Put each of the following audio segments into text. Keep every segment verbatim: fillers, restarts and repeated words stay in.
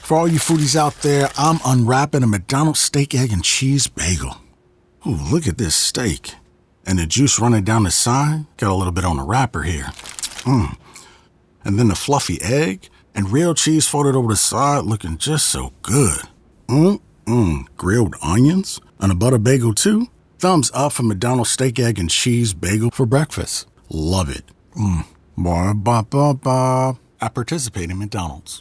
For all you foodies out there, I'm unwrapping a McDonald's steak, egg, and cheese bagel. Ooh, look at this steak. And the juice running down the side. Got a little bit on the wrapper here. Mmm. And then the fluffy egg and real cheese folded over the side, looking just so good. Mmm-mmm. Grilled onions and a butter bagel too. Thumbs up for McDonald's steak, egg, and cheese bagel for breakfast. Love it. Mmm. Ba-ba-ba-ba. I participate in McDonald's.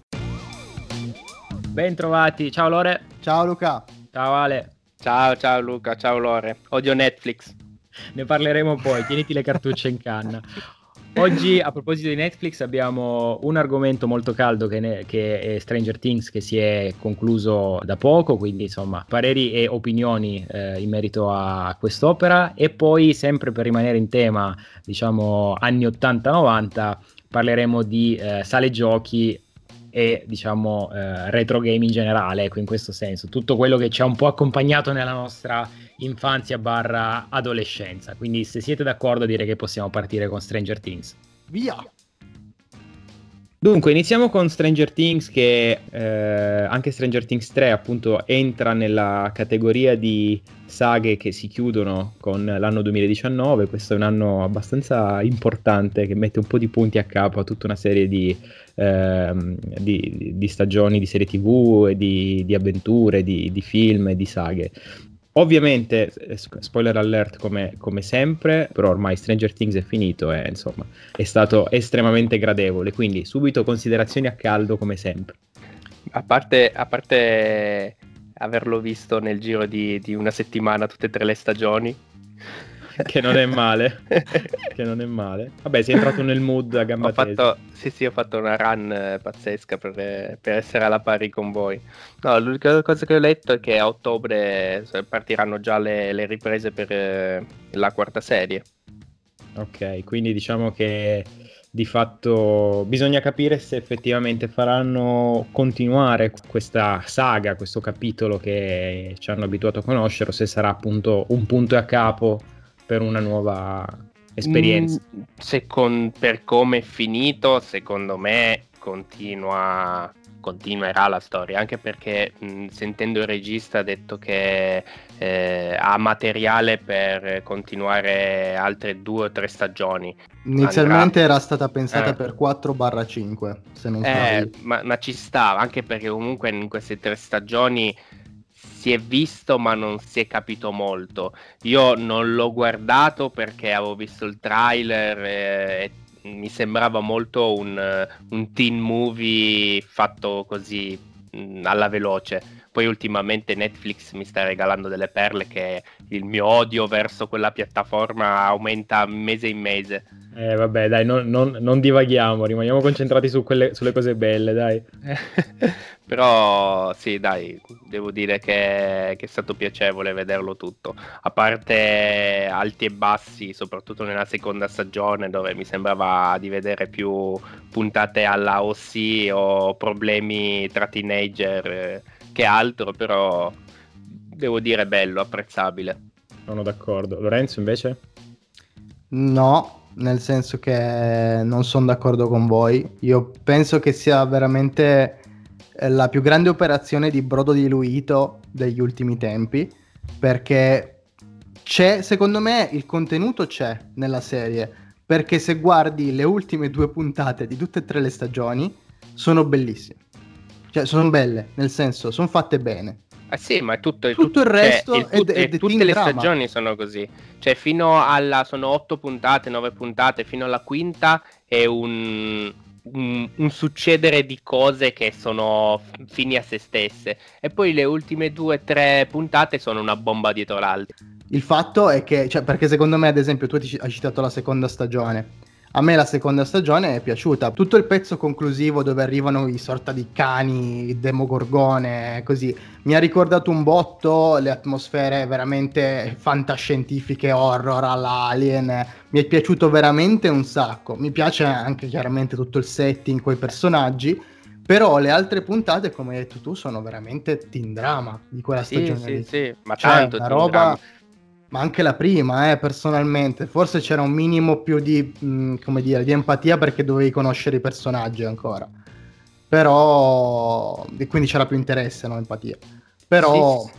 Bentrovati, ciao Lore. Ciao Luca. Ciao Ale. Ciao, ciao Luca, ciao Lore. Odio Netflix. Ne parleremo poi, tieniti le cartucce in canna. Oggi, a proposito di Netflix, abbiamo un argomento molto caldo che, ne, che è Stranger Things, che si è concluso da poco, quindi insomma pareri e opinioni eh, in merito a quest'opera, e poi sempre per rimanere in tema, diciamo anni ottanta novanta, parleremo di eh, sale giochi e diciamo eh, retro game in generale, ecco, in questo senso tutto quello che ci ha un po' accompagnato nella nostra infanzia barra adolescenza. Quindi se siete d'accordo direi che possiamo partire con Stranger Things. Via! Dunque iniziamo con Stranger Things, che eh, anche Stranger Things tre appunto entra nella categoria di saghe che si chiudono con l'anno duemiladiciannove. Questo è un anno abbastanza importante che mette un po' di punti a capo a tutta una serie di, ehm, di, di stagioni di serie tv, e di, di avventure, di, di film e di saghe. Ovviamente, spoiler alert come, come sempre, però ormai Stranger Things è finito e insomma è stato estremamente gradevole, quindi subito considerazioni a caldo come sempre. A parte, a parte averlo visto nel giro di, di una settimana tutte e tre le stagioni, che non è male, che non è male. Vabbè, sei entrato nel mood a gamba ho tesa. fatto, sì sì, ho fatto una run eh, pazzesca per, per essere alla pari con voi. No, l'unica cosa che ho letto è che a ottobre partiranno già le, le riprese per eh, la quarta serie. Ok, quindi diciamo che di fatto bisogna capire se effettivamente faranno continuare questa saga, questo capitolo che ci hanno abituato a conoscere, o se sarà appunto un punto e a capo per una nuova esperienza. Mm, secon- per come è finito, secondo me continua continuerà la storia, anche perché mh, sentendo il regista ha detto che eh, ha materiale per continuare altre due o tre stagioni. Inizialmente Andrà... era stata pensata eh. per quattro cinque, se non Eh, sbaglio. ma, ma ci sta, anche perché comunque in queste tre stagioni si è visto ma non si è capito molto. Io non l'ho guardato perché avevo visto il trailer e, e mi sembrava molto un, un teen movie fatto così mh, alla veloce. Poi ultimamente Netflix mi sta regalando delle perle che il mio odio verso quella piattaforma aumenta mese in mese. Eh vabbè dai, non, non, non divaghiamo, rimaniamo concentrati su quelle, sulle cose belle, dai. Però sì, dai, devo dire che, che è stato piacevole vederlo tutto, a parte alti e bassi, soprattutto nella seconda stagione, dove mi sembrava di vedere più puntate alla O C o problemi tra teenager eh, che altro, però devo dire bello, apprezzabile. Sono d'accordo. Lorenzo invece? No, nel senso che non sono d'accordo con voi. Io penso che sia veramente eh, la più grande operazione di brodo diluito degli ultimi tempi, perché c'è, secondo me, il contenuto c'è nella serie, perché se guardi le ultime due puntate di tutte e tre le stagioni sono bellissime. Cioè, sono belle, nel senso, sono fatte bene. Ah sì, ma è tutto, è Tutto tutto, il resto cioè, il è, tut- è, e è tutte teen le drama. stagioni sono così. Cioè, fino alla sono otto puntate, nove puntate, fino alla quinta è un, un, un succedere di cose che sono f- fini a se stesse. E poi le ultime due, tre puntate sono una bomba dietro l'altra. Il fatto è che, cioè, perché secondo me, ad esempio, tu ti- hai citato la seconda stagione. A me la seconda stagione è piaciuta. Tutto il pezzo conclusivo dove arrivano i sorta di cani, demogorgone, così, mi ha ricordato un botto le atmosfere veramente fantascientifiche, horror alla Alien. Mi è piaciuto veramente un sacco. Mi piace anche chiaramente tutto il setting, quei personaggi. Però le altre puntate, come hai detto tu, sono veramente teen drama di quella Sì, stagione sì, lì. sì, ma Cioè, tanto una teen roba... drama. Ma anche la prima, eh, personalmente. Forse c'era un minimo più di, mh, come dire, di empatia perché dovevi conoscere i personaggi ancora. però e quindi c'era più interesse, no, empatia. Però Sì, sì.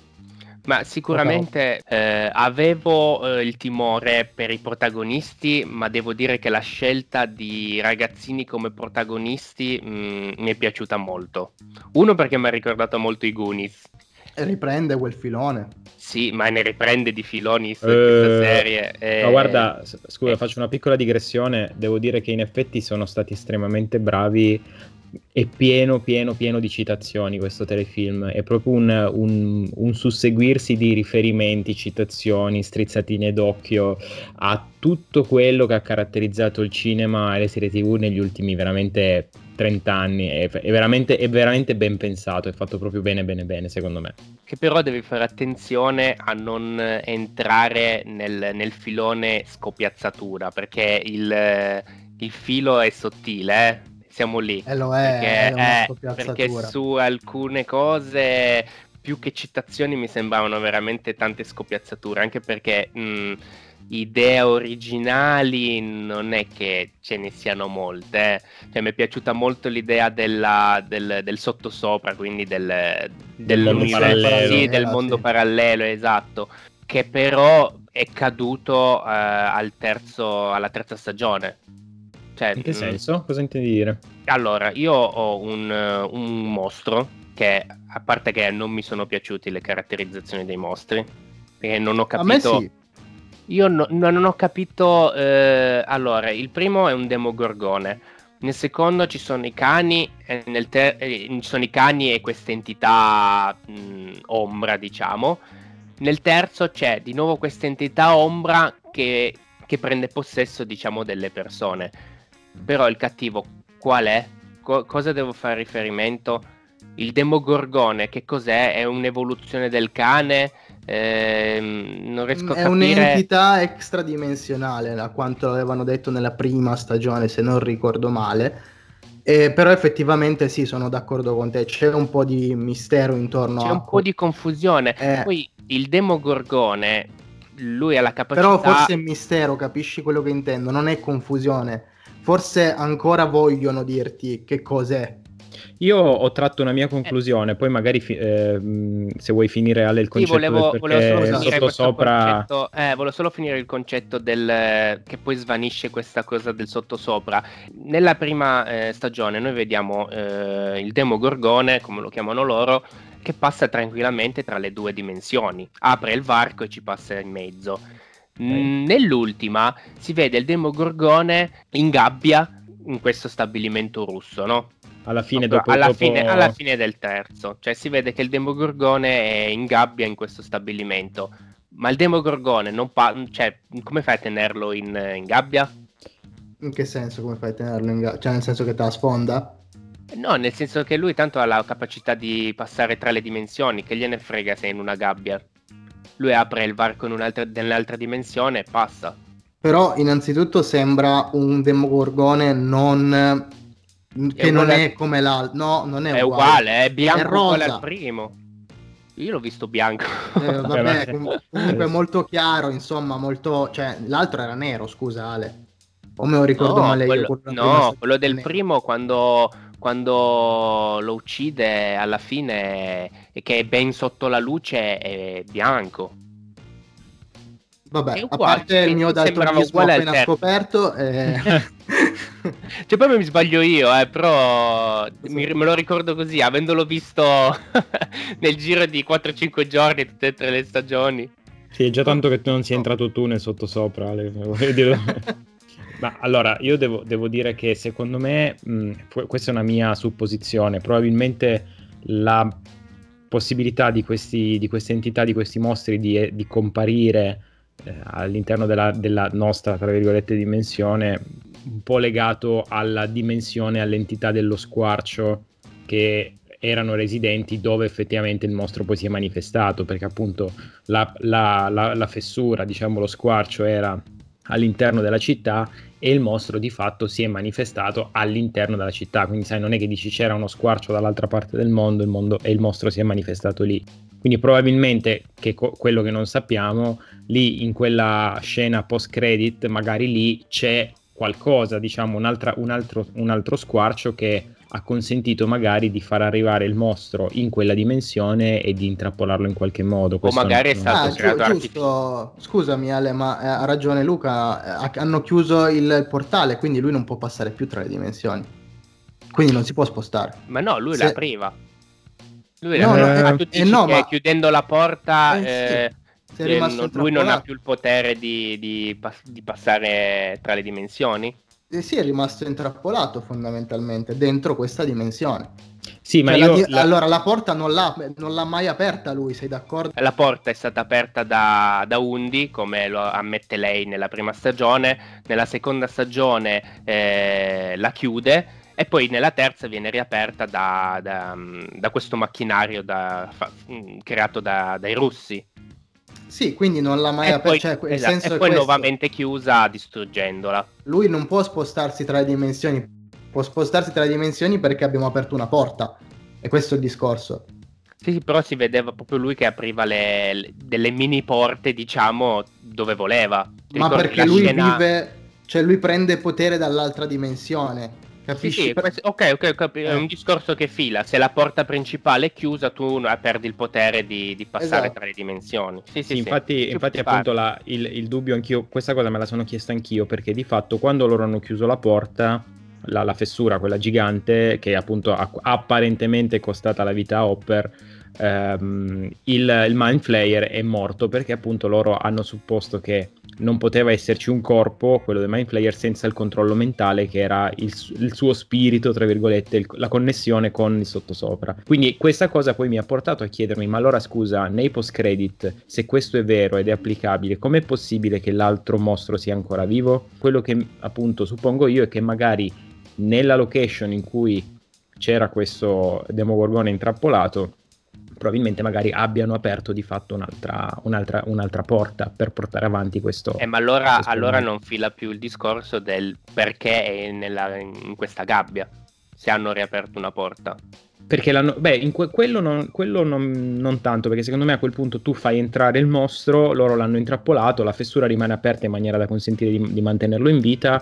Ma sicuramente eh, avevo eh, il timore per i protagonisti, ma devo dire che la scelta di ragazzini come protagonisti mh, mi è piaciuta molto. Uno perché mi ha ricordato molto i Goonies. riprende quel filone. Sì, ma ne riprende di filoni su Eh, questa serie. No, eh, guarda, s- scusa, eh, faccio una piccola digressione. Devo dire che in effetti sono stati estremamente bravi e pieno, pieno, pieno di citazioni questo telefilm. È proprio un, un- un susseguirsi di riferimenti, citazioni, strizzatine d'occhio a tutto quello che ha caratterizzato il cinema e le serie tivù negli ultimi veramente trenta anni. È, è veramente, è veramente ben pensato, è fatto proprio bene, bene, bene, secondo me. Che però devi fare attenzione a non entrare nel, nel filone scopiazzatura, perché il, il filo è sottile, eh? Siamo lì. E lo è, Perché, è una eh, perché scopiazzatura. su alcune cose, più che citazioni, mi sembravano veramente tante scopiazzature, anche perché mh, idee originali non è che ce ne siano molte, eh. Cioè, mi è piaciuta molto l'idea della, del, del sottosopra, quindi del, Del mondo dell'universo, parallelo. sì, del mondo Sì. parallelo, esatto, che però è caduto eh, al terzo, alla terza stagione. Cioè, In che mh, senso? Cosa intendi dire? allora, io ho un, eh, un mostro che, a parte che non mi sono piaciuti le caratterizzazioni dei mostri, perché non ho A me capito... sì. Io no- no- non ho capito. eh, allora, il primo è un demogorgone. Nel secondo ci sono i cani. E nel ter- eh, ci sono i cani e questa entità mh, ombra, diciamo. Nel terzo c'è di nuovo questa entità ombra che, che prende possesso, diciamo, delle persone. Però il cattivo qual è? Co- cosa devo fare riferimento? Il demogorgone, che cos'è? È un'evoluzione del cane? Ehm, non riesco a È capire. un'entità extradimensionale, a quanto avevano detto nella prima stagione, se non ricordo male. Eh, però effettivamente sì, sono d'accordo con te. C'è un po' di mistero intorno C'è a... un po' co- di confusione. eh, Poi il demogorgone, lui ha la Però capacità. forse è mistero, capisci quello che intendo? Non è confusione. Forse ancora vogliono dirti che cos'è. Io ho tratto una mia Eh, conclusione, poi magari fi- ehm, se vuoi finire Ale il Sì, concetto del volevo, volevo solo perché Esatto. finire questo sottosopra. concetto. Eh, volevo solo finire il concetto del che poi svanisce questa cosa del sottosopra. Nella prima eh, stagione noi vediamo eh, il demogorgone, come lo chiamano loro, che passa tranquillamente tra le due dimensioni. Apre il varco e ci passa in mezzo. Mm, Nell'ultima si vede il demogorgone in gabbia in questo stabilimento russo, no? Alla fine, Proprio dopo, alla dopo- fine, alla fine del terzo, cioè si vede che il demogorgone è in gabbia in questo stabilimento, ma il demogorgone non pa- cioè, come fai a tenerlo in, in gabbia? In che senso? Come fai a tenerlo in gabbia? Cioè, nel senso che te la sfonda? No, nel senso che lui tanto ha la capacità di passare tra le dimensioni, che gliene frega se è in una gabbia. Lui apre il varco in un'altra, nell'altra dimensione e passa. Però innanzitutto sembra un demogorgone non... È che non uguale, è come l'altro. No, non è è uguale. uguale, è bianco È uguale al rosa. primo. Io l'ho visto bianco. Eh, Beh, ma- vabbè, com- comunque molto chiaro, insomma, molto... Cioè, l'altro era nero, scusa Ale. O me lo ricordo No, male io, quello, quello della prima no, quello stagione è del nero. primo quando, quando lo uccide alla fine e che è ben sotto la luce è bianco. È Vabbè, a uguale, parte il mi, mio mi sembrava daltonismo uguale al appena terzo. scoperto, eh... Cioè, poi mi sbaglio io, eh, però mi- me lo ricordo così, avendolo visto nel giro di quattro cinque giorni, tutte e tre le stagioni. Sì, è già tanto che tu non sia No. entrato tu nel sottosopra, Ale, voglio dire. Ma allora, io devo, devo dire che secondo me, mh, fu- questa è una mia supposizione, probabilmente la possibilità di questi, di queste entità, di questi mostri di, eh, di comparire eh, all'interno della, della nostra, tra virgolette, dimensione, un po' legato alla dimensione, all'entità dello squarcio che erano residenti dove effettivamente il mostro poi si è manifestato, perché appunto la, la, la, la fessura, diciamo lo squarcio era all'interno della città e il mostro di fatto si è manifestato all'interno della città, quindi sai, non è che dici c'era uno squarcio dall'altra parte del mondo, il mondo e il mostro si è manifestato lì. Quindi probabilmente, che co- quello che non sappiamo, lì in quella scena post credit magari lì c'è qualcosa, diciamo un'altra, un, altro, un altro squarcio che ha consentito magari di far arrivare il mostro in quella dimensione e di intrappolarlo in qualche modo. O Questo magari è non- stato Ah, giu- creato giusto, scusami Ale, ma eh, ha ragione Luca, eh, hanno chiuso il portale, quindi lui non può passare più tra le dimensioni, quindi non si può spostare. Ma no, lui Se- la apriva. Lui No, la no, apriva. eh, Ah, tu eh, dici no, che ma chiudendo la porta eh, sì, eh, sei eh, rimasto non- lui non ha intrappolato. più il potere di, di pass- di passare tra le dimensioni? Eh sì, è rimasto intrappolato fondamentalmente dentro questa dimensione. Sì, ma Cioè, la io di- la- allora la porta non l'ha, non l'ha mai aperta lui, sei d'accordo? La porta è stata aperta da, da Undy, come lo ammette lei nella prima stagione. Nella seconda stagione eh, la chiude e poi nella terza viene riaperta da, da, da questo macchinario da- fa- creato da- dai russi. Sì, quindi non l'ha mai E aperta, poi, cioè, il esatto, senso e è poi questo. nuovamente chiusa distruggendola. Lui non può spostarsi tra le dimensioni, può spostarsi tra le dimensioni perché abbiamo aperto una porta. E questo è il discorso. Sì, sì, però si vedeva proprio lui che apriva le, le- delle mini porte, diciamo, dove voleva. Ti Ma ricordi perché la lui scena- vive, cioè lui prende potere dall'altra dimensione. Sì, Capisci? sì, Per- questo- ok, ok, capi- è Eh. un discorso che fila. Se la porta principale è chiusa, tu no- perdi il potere di, di passare Esatto. tra le dimensioni. Sì, sì, Sì, sì. infatti, Ci infatti può appunto stare. la- il, il dubbio anch'io, questa cosa me la sono chiesta anch'io, perché di fatto quando loro hanno chiuso la porta, la, la fessura, quella gigante, che appunto ha apparentemente costata la vita a Hopper, ehm, il, il Mind Flayer è morto perché appunto loro hanno supposto che non poteva esserci un corpo, quello del Mind Flayer, senza il controllo mentale che era il, su- il suo spirito, tra virgolette, il- la connessione con il sottosopra. Quindi questa cosa poi mi ha portato a chiedermi, ma allora scusa, nei post credit, se questo è vero ed è applicabile, com'è possibile che l'altro mostro sia ancora vivo? Quello che appunto suppongo io è che magari nella location in cui c'era questo Demogorgone intrappolato, probabilmente magari abbiano aperto di fatto un'altra, un'altra, un'altra porta per portare avanti questo. Eh, ma allora, questo allora mondo. non fila più il discorso del perché è nella- in questa gabbia. Se hanno riaperto una porta. Perché l'hanno, beh, in que- quello, non, quello non, non tanto, perché secondo me a quel punto tu fai entrare il mostro, loro l'hanno intrappolato, la fessura rimane aperta in maniera da consentire di, di mantenerlo in vita,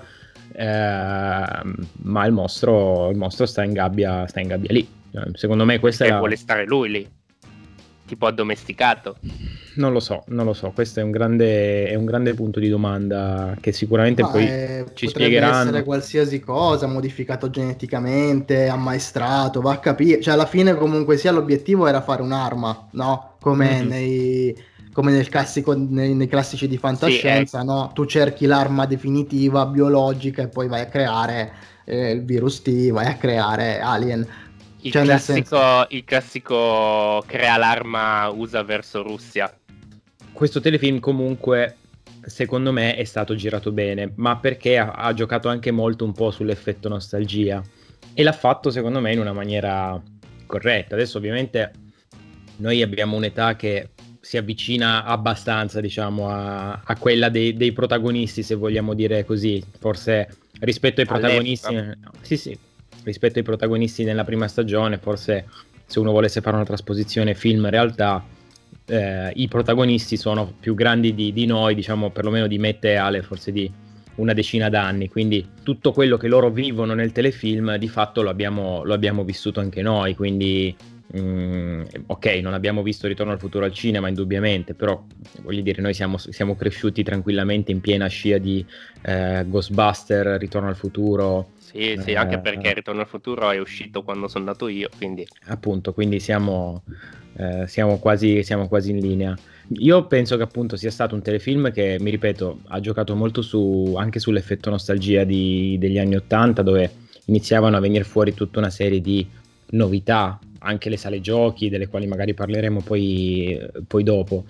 ehm, ma il mostro, il mostro sta in gabbia, sta in gabbia lì. Eh, Secondo me questa è Perché la... vuole stare lui lì. Tipo addomesticato. Non lo so, non lo so, questo è un grande, è un grande punto di domanda che sicuramente Ma, poi eh, ci potrebbe spiegheranno. essere qualsiasi cosa, modificato geneticamente, ammaestrato, va a capire. Cioè, alla fine, comunque sia, l'obiettivo era fare un'arma, no? Come Mhm. nei, come nel classico, nei, nei classici di fantascienza, ecco. no? Tu cerchi l'arma definitiva, biologica, e poi vai a creare eh, il virus T, vai a creare Alien. Il, Cioè, nel classico, senso- il classico crea l'arma, usa verso Russia. Questo telefilm comunque secondo me è stato girato bene, ma perché ha, ha giocato anche molto un po' sull'effetto nostalgia e l'ha fatto secondo me in una maniera corretta. Adesso ovviamente noi abbiamo un'età che si avvicina abbastanza, diciamo, a, a quella dei, dei protagonisti, se vogliamo dire così, forse rispetto ai protagonisti, All'epoca. sì sì, rispetto ai protagonisti nella prima stagione, forse se uno volesse fare una trasposizione film-realtà, eh, i protagonisti sono più grandi di, di noi, diciamo perlomeno di Matt e Ale, forse di una decina d'anni, quindi tutto quello che loro vivono nel telefilm di fatto lo abbiamo, lo abbiamo vissuto anche noi, quindi mm, ok, non abbiamo visto Ritorno al futuro al cinema indubbiamente, però voglio dire, noi siamo, siamo cresciuti tranquillamente in piena scia di eh, Ghostbuster, Ritorno al futuro. Sì, sì, eh, anche perché Ritorno al futuro è uscito quando sono nato io, quindi... appunto, quindi siamo, eh, siamo, quasi, siamo quasi in linea. Io penso che appunto sia stato un telefilm che, mi ripeto, ha giocato molto su, anche sull'effetto nostalgia di, degli anni ottanta, dove iniziavano a venire fuori tutta una serie di novità, anche le sale giochi, delle quali magari parleremo poi, poi dopo.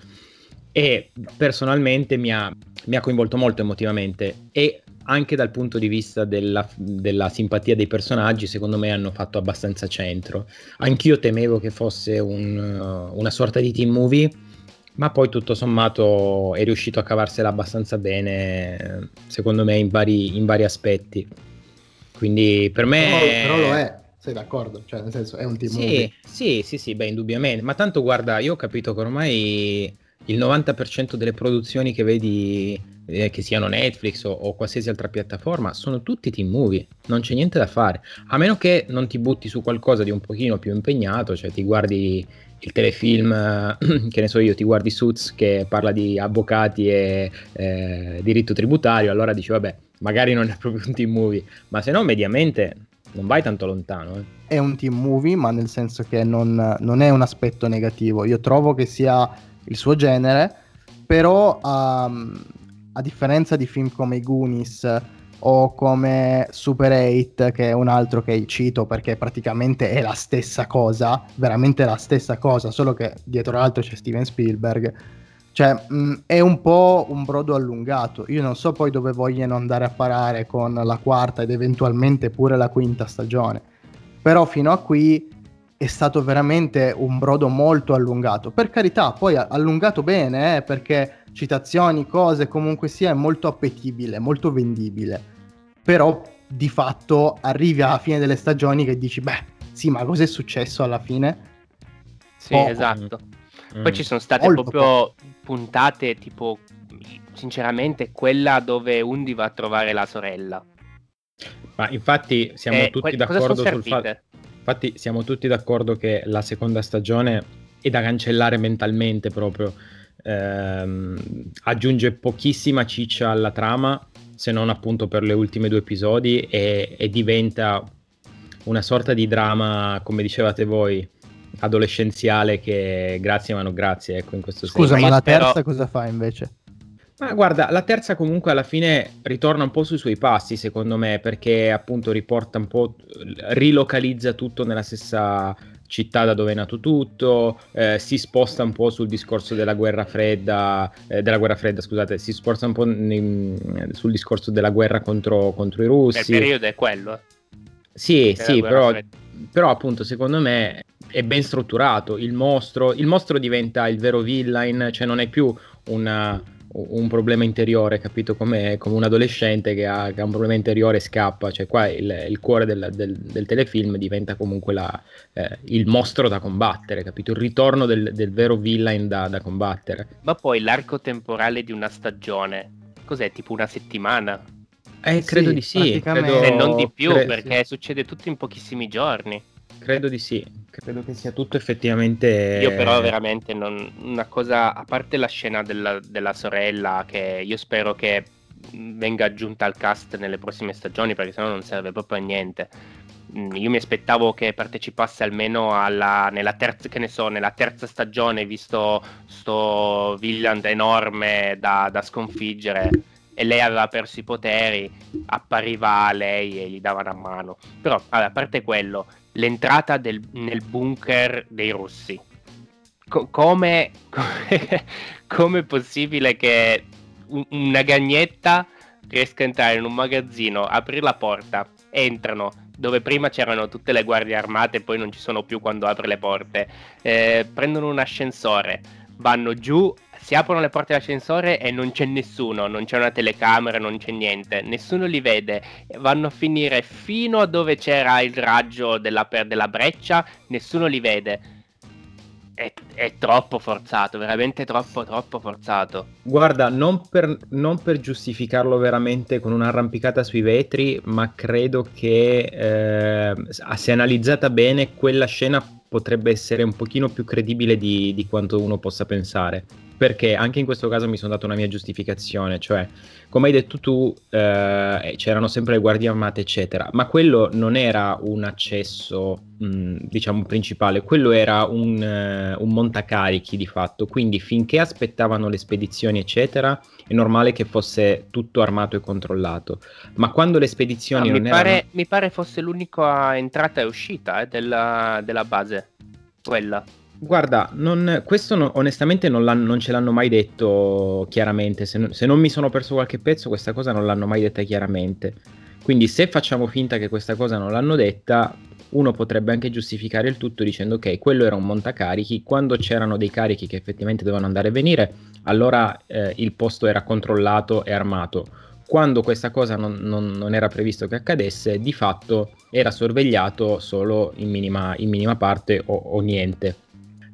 E personalmente mi ha, mi ha coinvolto molto emotivamente e anche dal punto di vista della, della simpatia dei personaggi, secondo me hanno fatto abbastanza centro. Anch'io temevo che fosse un, uh, una sorta di teen movie, ma poi tutto sommato è riuscito a cavarsela abbastanza bene, secondo me, in vari, in vari aspetti. Quindi per me... Però, però lo è, sei d'accordo? Cioè, nel senso, è un team Sì, movie. sì, sì, sì, beh, indubbiamente. Ma tanto guarda, io ho capito che ormai il novanta per cento delle produzioni che vedi, eh, che siano Netflix o, o qualsiasi altra piattaforma, sono tutti teen movie, non c'è niente da fare, a meno che non ti butti su qualcosa di un pochino più impegnato, cioè ti guardi il telefilm, eh, che ne so io, ti guardi Suits che parla di avvocati e eh, diritto tributario, allora dici vabbè, magari non è proprio un teen movie, ma se no mediamente non vai tanto lontano. Eh. È un teen movie, ma nel senso che non, non è un aspetto negativo. Io trovo che sia il suo genere, però um, a differenza di film come i Goonies o come Super otto, che è un altro che cito perché praticamente è la stessa cosa, veramente la stessa cosa, solo che dietro l'altro c'è Steven Spielberg. Cioè, mh, è un po' un brodo allungato. Io non so poi dove vogliono andare a parare con la quarta ed eventualmente pure la quinta stagione. Però fino a qui è stato veramente un brodo molto allungato. Per carità, poi allungato bene, eh, perché citazioni, cose, comunque sia, è molto appetibile, molto vendibile. Però di fatto arrivi alla fine delle stagioni che dici, beh, sì, ma cos'è successo alla fine? Sì, Poco. esatto. Mm. Poi ci sono state Molto proprio puntate tipo, sinceramente, quella dove Undy va a trovare la sorella. Ma infatti siamo Eh, tutti que- cosa d'accordo sono sul fatto. servite? Infatti siamo tutti d'accordo che la seconda stagione è da cancellare mentalmente proprio. Ehm, aggiunge pochissima ciccia alla trama, se non appunto per le ultime due episodi, e, e diventa una sorta di dramma, come dicevate voi, adolescenziale che grazie ma non grazie, ecco, in questo Scusa, senso. ma io la spero- terza cosa fa invece? Ma guarda, la terza comunque alla fine ritorna un po' sui suoi passi, secondo me, perché appunto riporta un po', rilocalizza tutto nella stessa città da dove è nato tutto, eh, si sposta un po' sul discorso della guerra fredda, eh, della guerra fredda, scusate, si sposta un po' nei- sul discorso della guerra contro, contro i Il russi. periodo è quello. eh. Sì, della sì, guerra però, fredda. però appunto secondo me è ben strutturato. Il mostro, il mostro diventa il vero villain, cioè non è più una- un problema interiore, capito? Come, come un adolescente che ha, che ha un problema interiore e scappa. Cioè qua il, il cuore del, del- del telefilm diventa comunque la- eh, il mostro da combattere, capito? Il ritorno del, del vero villain da, da combattere. Ma poi l'arco temporale di una stagione, cos'è? Tipo una settimana? Eh, credo Sì, di sì, praticamente- credo, Se non di più, cre- perché succede tutto in pochissimi giorni. credo di sì, credo che sia tutto effettivamente... Io però veramente non, una cosa, a parte la scena della, della sorella, che io spero che mh, venga aggiunta al cast nelle prossime stagioni, perché sennò non serve proprio a niente. Mm, Io mi aspettavo che partecipasse almeno alla, nella terza, che ne so, nella terza stagione, visto sto villain enorme da, da sconfiggere, e lei aveva perso i poteri, appariva lei e gli dava una mano. Però, vabbè, a parte quello, l'entrata del- nel bunker dei russi. Co- come, come, come è possibile che un- una gagnetta riesca a entrare in un magazzino, aprire la porta, entrano, dove prima c'erano tutte le guardie armate e poi non ci sono più quando apre le porte, eh, prendono un ascensore, vanno giù, si aprono le porte dell'ascensore e non c'è nessuno, non c'è una telecamera, non c'è niente, nessuno li vede, vanno a finire fino a dove c'era il raggio della, per- della breccia, nessuno li vede. È, è troppo forzato, veramente troppo troppo forzato. Guarda, non per, non per giustificarlo veramente con un'arrampicata sui vetri, ma credo che eh, se analizzata bene, quella scena potrebbe essere un pochino più credibile di, di quanto uno possa pensare. Perché anche in questo caso mi sono dato una mia giustificazione, cioè, come hai detto tu, eh, c'erano sempre le guardie armate, eccetera, ma quello non era un accesso, mh, diciamo, principale, quello era un, eh, un montacarichi di fatto, quindi finché aspettavano le spedizioni, eccetera, è normale che fosse tutto armato e controllato, ma quando le Ah, spedizioni mi, non erano... pare, mi pare fosse l'unica entrata e uscita eh, della, della base, quella. Guarda, non- questo no- onestamente non, l'hanno- non ce l'hanno mai detto chiaramente, se, non- se non mi sono perso qualche pezzo questa cosa non l'hanno mai detta chiaramente, quindi se facciamo finta che questa cosa non l'hanno detta, uno potrebbe anche giustificare il tutto dicendo ok, quello era un montacarichi, quando c'erano dei carichi che effettivamente dovevano andare e venire, allora eh, il posto era controllato e armato. Quando questa cosa non, non- non era previsto che accadesse, di fatto era sorvegliato solo in minima, in minima parte o o niente.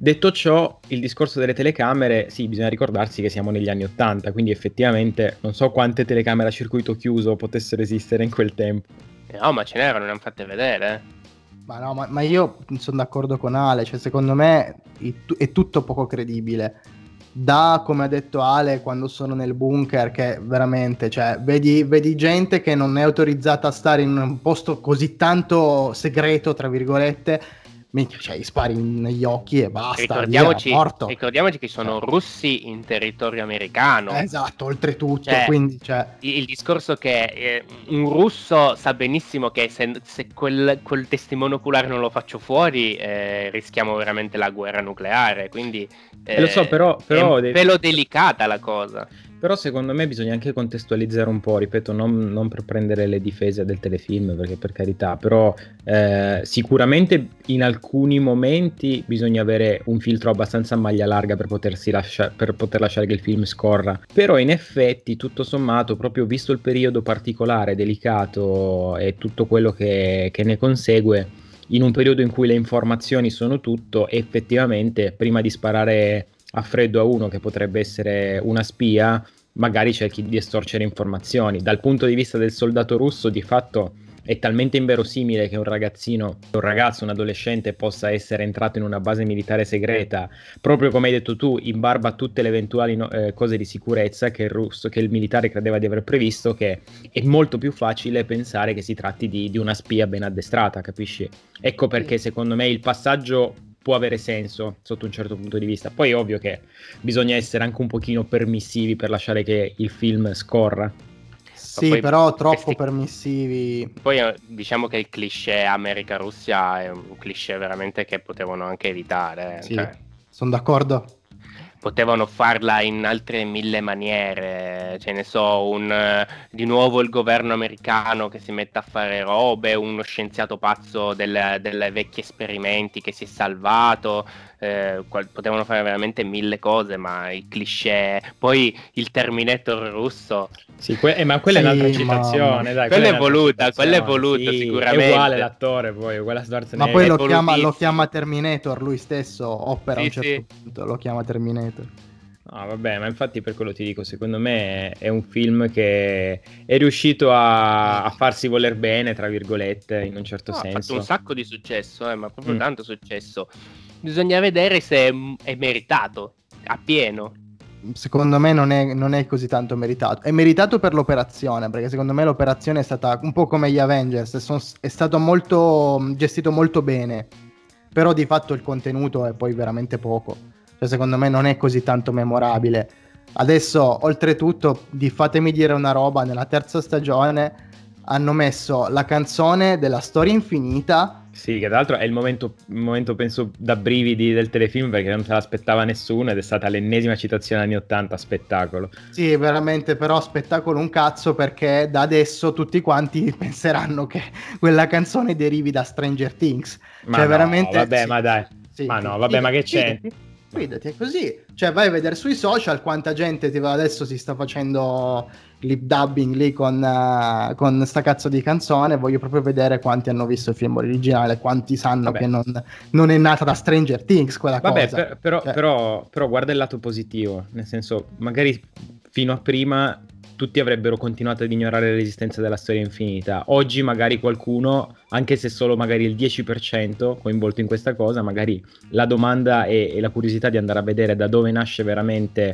Detto ciò, il discorso delle telecamere, sì, bisogna ricordarsi che siamo negli anni ottanta, quindi effettivamente non so quante telecamere a circuito chiuso potessero esistere in quel tempo. Eh, no, ma ce n'erano, ne hanno fatte vedere. Eh. Ma no, ma, ma io sono d'accordo con Ale, cioè secondo me è tutto poco credibile. Da, come ha detto Ale, quando sono nel bunker, che veramente, cioè, vedi, vedi gente che non è autorizzata a stare in un posto così tanto segreto, tra virgolette, minchia, cioè, gli spari negli occhi e basta, ricordiamoci, via, morto. ricordiamoci che sono cioè. russi in territorio americano. Esatto, oltretutto, cioè, quindi, cioè... il, il discorso che eh, un russo sa benissimo che se, se quel, quel testimone oculare non lo faccio fuori eh, rischiamo veramente la guerra nucleare, quindi eh, Eh, lo so, però, però è un de- pelo delicata la cosa. Però secondo me bisogna anche contestualizzare un po', ripeto, non, non per prendere le difese del telefilm, perché per carità, però eh, sicuramente in alcuni momenti bisogna avere un filtro abbastanza a maglia larga per, potersi lascia- per poter lasciare che il film scorra. Però in effetti, tutto sommato, proprio visto il periodo particolare, delicato e tutto quello che, che ne consegue, in un periodo in cui le informazioni sono tutto, effettivamente, prima di sparare a freddo a uno che potrebbe essere una spia, magari cerchi di estorcere informazioni. Dal punto di vista del soldato russo, di fatto è talmente inverosimile che un ragazzino, un ragazzo, un adolescente possa essere entrato in una base militare segreta, proprio come hai detto tu, in barba a tutte le eventuali no, eh, cose di sicurezza che il russo, che il militare credeva di aver previsto, che è molto più facile pensare che si tratti di, di una spia ben addestrata, capisci? Ecco perché secondo me il passaggio può avere senso sotto un certo punto di vista. Poi è ovvio che bisogna essere anche un pochino permissivi per lasciare che il film scorra. Sì, poi però troppo questi... permissivi. Poi diciamo che il cliché America-Russia è un cliché veramente che potevano anche evitare. Sì, cioè, sono d'accordo. potevano farla in altre mille maniere, ce ne so, un, eh, di nuovo il governo americano che si mette a fare robe, uno scienziato pazzo del, delle vecchi esperimenti che si è salvato, eh, qual- potevano fare veramente mille cose, ma i cliché, poi il Terminator russo. Sì, que- eh, ma quella Sì, è un'altra mamma. citazione, dai, Quella è un'altra voluta, quella è citazione, voluta sì, sicuramente. è uguale l'attore poi, uguale a Ma Schwarzenegger. poi è lo chiama, lo volutissimo. chiama Terminator, lui stesso opera a Sì, un certo sì. punto, lo chiama Terminator. No, vabbè, ma infatti per quello ti dico, secondo me è un film che è riuscito a, a farsi voler bene, tra virgolette, in un certo No, ha fatto senso. un sacco di successo, eh, ma proprio Mm. tanto successo. Bisogna vedere se è, è meritato, appieno. Secondo me non è, non è così tanto meritato. È meritato per l'operazione, perché secondo me l'operazione è stata un po' come gli Avengers, son- è stato molto gestito molto bene, però di fatto il contenuto è poi veramente poco. Cioè secondo me non è così tanto memorabile. Adesso, oltretutto, di fatemi dire una roba, nella terza stagione hanno messo la canzone della Storia Infinita. Sì, che tra l'altro è il momento, il momento, penso, da brividi del telefilm, perché non se l'aspettava nessuno ed è stata l'ennesima citazione anni ottanta, spettacolo. Sì, veramente, però spettacolo un cazzo, perché da adesso tutti quanti penseranno che quella canzone derivi da Stranger Things. Ma Cioè, no, veramente... vabbè, sì, ma dai. sì, Ma sì, no, vabbè, ma che c'è? fidati, fidati, è così. Cioè, vai a vedere sui social quanta gente tipo, adesso si sta facendo lip dubbing lì con, uh, con sta cazzo di canzone. Voglio proprio vedere quanti hanno visto il film originale, quanti sanno Vabbè. che non, non è nata da Stranger Things quella Vabbè, cosa. per- però, Cioè, però, però guarda il lato positivo, nel senso, magari fino a prima tutti avrebbero continuato ad ignorare l'esistenza della Storia Infinita. Oggi magari qualcuno, anche se solo magari il dieci per cento coinvolto in questa cosa, magari la domanda e, e la curiosità di andare a vedere da dove nasce veramente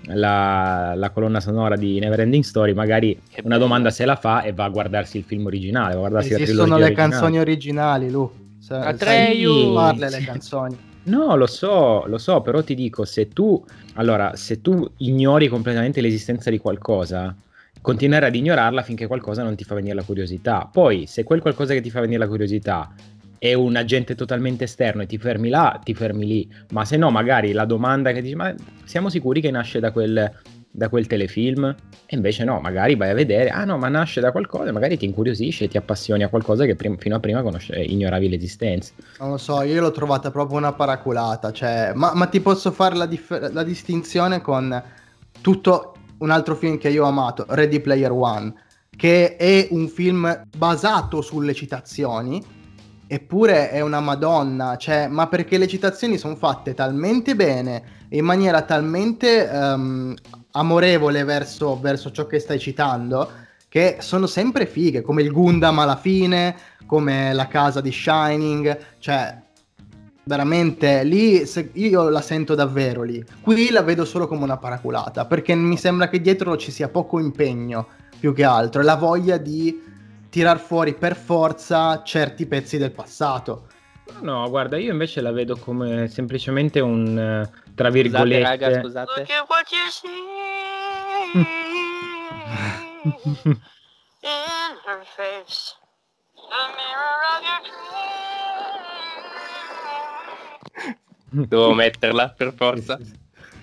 la, la colonna sonora di Neverending Story, magari Che una bello. domanda se la fa e va a guardarsi il film originale, va a guardarsi la esistono trilogia le originale. canzoni originali, Lu. Sa- Atreyu! sai farle le Sì. canzoni. No, lo so, lo so, però ti dico, se tu, allora, se tu ignori completamente l'esistenza di qualcosa, continuerai ad ignorarla finché qualcosa non ti fa venire la curiosità. Poi, se quel qualcosa che ti fa venire la curiosità è un agente totalmente esterno e ti fermi là, ti fermi lì. Ma se no, magari la domanda che dici, ma siamo sicuri che nasce da quel, da quel telefilm? E invece no, magari vai a vedere, ah no, ma nasce da qualcosa, e magari ti incuriosisce e ti appassioni a qualcosa che prim- fino a prima conosce- ignoravi l'esistenza. Non lo so, io l'ho trovata proprio una paraculata, cioè, ma, ma ti posso fare la, dif- la distinzione con tutto un altro film che io ho amato, Ready Player One, che è un film basato sulle citazioni eppure è una madonna, cioè, ma perché le citazioni sono fatte talmente bene e in maniera talmente um, amorevole verso, verso ciò che stai citando, che sono sempre fighe, come il Gundam alla fine, come la casa di Shining, cioè veramente lì se, io la sento davvero lì. Qui la vedo solo come una paraculata, perché mi sembra che dietro ci sia poco impegno più che altro, e la voglia di tirar fuori per forza certi pezzi del passato. No, guarda, io invece la vedo come semplicemente un, eh, tra Scusate, virgolette... raga, scusate. Look at what you see in her face. The mirror of your dreams. Devo metterla per forza. Sì, sì, sì.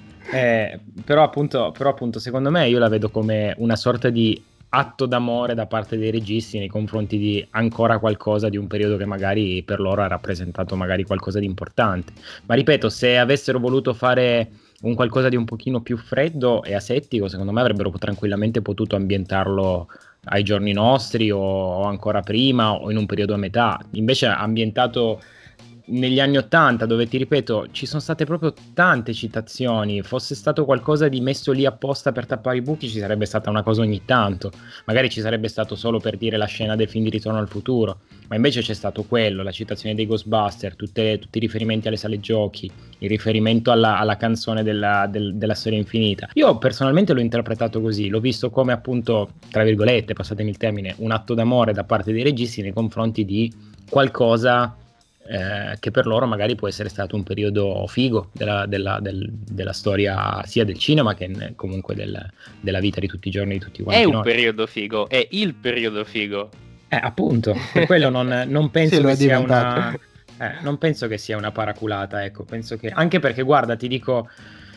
Eh, però appunto, però appunto secondo me io la vedo come una sorta di atto d'amore da parte dei registi nei confronti di ancora qualcosa di un periodo che magari per loro ha rappresentato magari qualcosa di importante. Ma ripeto, se avessero voluto fare un qualcosa di un pochino più freddo e asettico, secondo me avrebbero tranquillamente potuto ambientarlo ai giorni nostri o, o ancora prima o in un periodo a metà. Invece ambientato negli anni ottanta, dove ti ripeto ci sono state proprio tante citazioni, fosse stato qualcosa di messo lì apposta per tappare i buchi ci sarebbe stata una cosa ogni tanto, magari ci sarebbe stato solo per dire la scena del film di Ritorno al futuro, ma invece c'è stato quello, la citazione dei Ghostbuster, tutte, tutti i riferimenti alle sale giochi, il riferimento alla, alla canzone della, del, della storia infinita. Io personalmente l'ho interpretato così, l'ho visto come appunto, tra virgolette, passatemi il termine, un atto d'amore da parte dei registi nei confronti di qualcosa Eh, che per loro magari può essere stato un periodo figo della, della, del, della storia sia del cinema che ne, comunque del, della vita di tutti i giorni di tutti quanti È un noi. periodo figo, è il periodo figo. Eh, appunto, per quello non, non penso Sì, lo che è sia diventato. una eh, non penso che sia una paraculata, ecco, penso che anche perché guarda, ti dico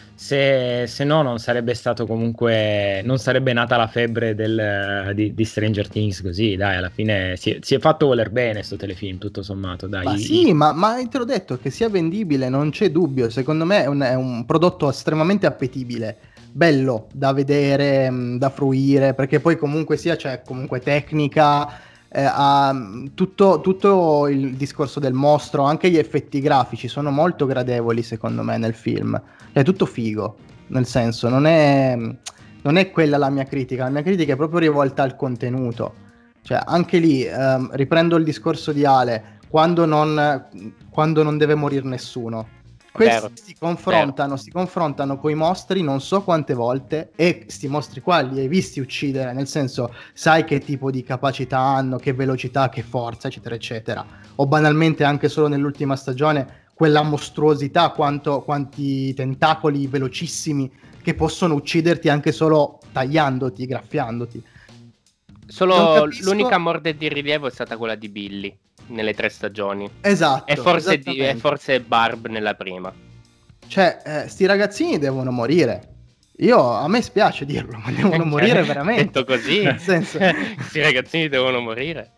se, se no non sarebbe stato comunque non sarebbe nata la febbre del, di, di Stranger Things così, dai, alla fine si è, si è fatto voler bene sto telefilm, tutto sommato, dai. Ma I- sì, i- ma, ma te l'ho detto, che sia vendibile, non c'è dubbio. Secondo me è un, è un prodotto estremamente appetibile, bello da vedere, mh, da fruire, perché poi comunque sia c'è comunque tecnica, eh, ha, mh, tutto, tutto il discorso del mostro, anche gli effetti grafici sono molto gradevoli secondo me nel film. È tutto figo, nel senso, non è, non è quella la mia critica, la mia critica è proprio rivolta al contenuto. Cioè, anche lì, ehm, riprendo il discorso di Ale, quando non, quando non deve morire nessuno. Questi Vero, si confrontano, si confrontano coi mostri non so quante volte e sti mostri qua li hai visti uccidere, nel senso, sai che tipo di capacità hanno, che velocità, che forza, eccetera, eccetera. O banalmente anche solo nell'ultima stagione, quella mostruosità, quanto, quanti tentacoli velocissimi che possono ucciderti anche solo tagliandoti, graffiandoti. Non Solo capisco- l'unica morte di rilievo è stata quella di Billy nelle tre stagioni. Esatto. E forse, di, esattamente. e forse Barb nella prima. Cioè, eh, sti ragazzini devono morire. Io, a me spiace dirlo, ma devono morire veramente. Detto così, Nel senso, questi ragazzini devono morire.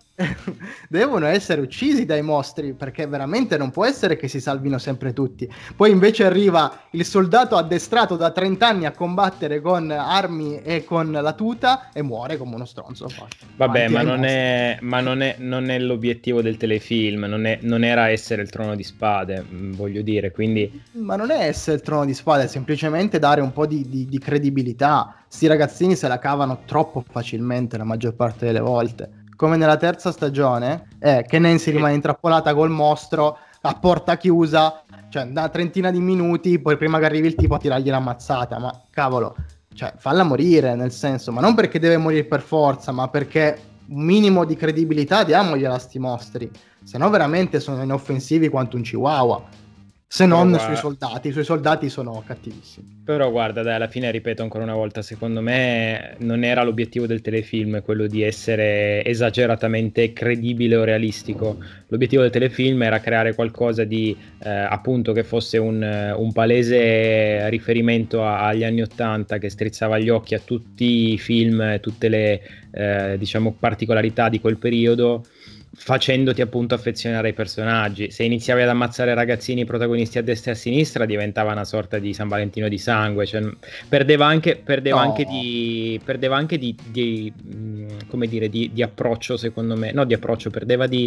devono essere uccisi dai mostri, perché veramente non può essere che si salvino sempre tutti. Poi invece arriva il soldato addestrato da trenta anni a combattere con armi e con la tuta e muore come uno stronzo. Vabbè, Davanti ma ai non mostri. è, ma non è, non è l'obiettivo del telefilm, non, è, non era essere il trono di spade, mh, voglio dire, quindi Ma non è essere il trono di spade, è semplicemente dare un po' di, di- di credibilità. Sti ragazzini se la cavano troppo facilmente la maggior parte delle volte. Come nella terza stagione, è che Nancy rimane intrappolata col mostro a porta chiusa, cioè una trentina di minuti, poi prima che arrivi il tipo a tirargli l'ammazzata. Ma cavolo, cioè falla morire, nel senso, ma non perché deve morire per forza, ma perché un minimo di credibilità diamogliela a sti mostri. Se no veramente sono inoffensivi quanto un chihuahua. Se Però non guarda- sui soldati, i suoi soldati sono cattivissimi. però guarda, dai, alla fine ripeto ancora una volta, secondo me non era l'obiettivo del telefilm quello di essere esageratamente credibile o realistico. L'obiettivo del telefilm era creare qualcosa di eh, appunto che fosse un, un palese riferimento a- agli anni ottanta, che strizzava gli occhi a tutti i film, tutte le eh, diciamo particolarità di quel periodo, facendoti appunto affezionare ai personaggi. Se iniziavi ad ammazzare ragazzini protagonisti a destra e a sinistra diventava una sorta di San Valentino di sangue, cioè, perdeva anche, perdeva No. anche di perdeva anche di, di mh, come dire di, di approccio, secondo me, no di approccio, perdeva di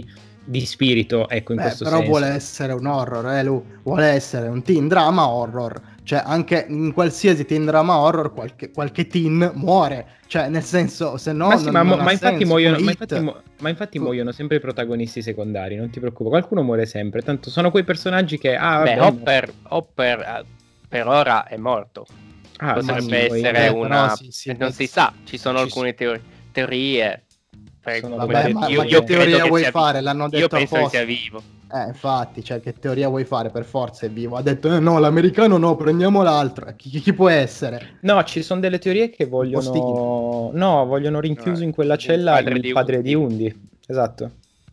di spirito, ecco, in Beh, questo però senso. vuole essere un horror, eh, lui vuole essere un teen drama horror, cioè anche in qualsiasi teen drama horror qualche, qualche teen muore, cioè nel senso, se no Ma sì, non, ma, mo- non ha ma infatti senso, muoiono, come ma It. infatti, mu- ma infatti Co- muoiono sempre i protagonisti secondari, non ti preoccupare, qualcuno muore sempre, tanto sono quei personaggi che, ah, Beh, vabbè, Hopper, Hopper eh, per ora è morto. ah, ma sì, Potrebbe poi essere vabbè, però una... si, si eh, non vede- si sa, ci sono ci- alcune teo- teorie. Per- sono come Vabbè, varie ma, io, ma teorie. che io credo teoria che vuoi sia fare? vivo. L'hanno Io detto penso che sia apposta. vivo. Eh, infatti, cioè, che teoria vuoi fare? Per forza è vivo. Ha detto, eh, no, l'americano no, prendiamo l'altro. Eh, Chi, chi- chi può essere? No, ci sono delle teorie che Un vogliono, no, vogliono rinchiuso in quella il cella padre il di padre di Undi. Undi, esatto.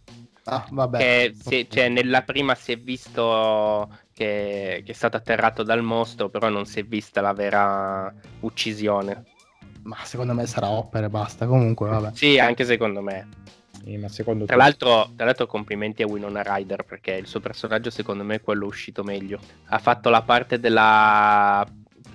Ah, vabbè. Che si- cioè, nella prima si è visto che, che è stato atterrato dal mostro, però non si è vista la vera uccisione. Ma secondo me sarà Hopper e basta. Comunque, vabbè. Sì, anche secondo me. Sì, ma secondo Tra te? l'altro, tra l'altro complimenti a Winona Ryder, perché il suo personaggio secondo me è quello uscito meglio. Ha fatto la parte della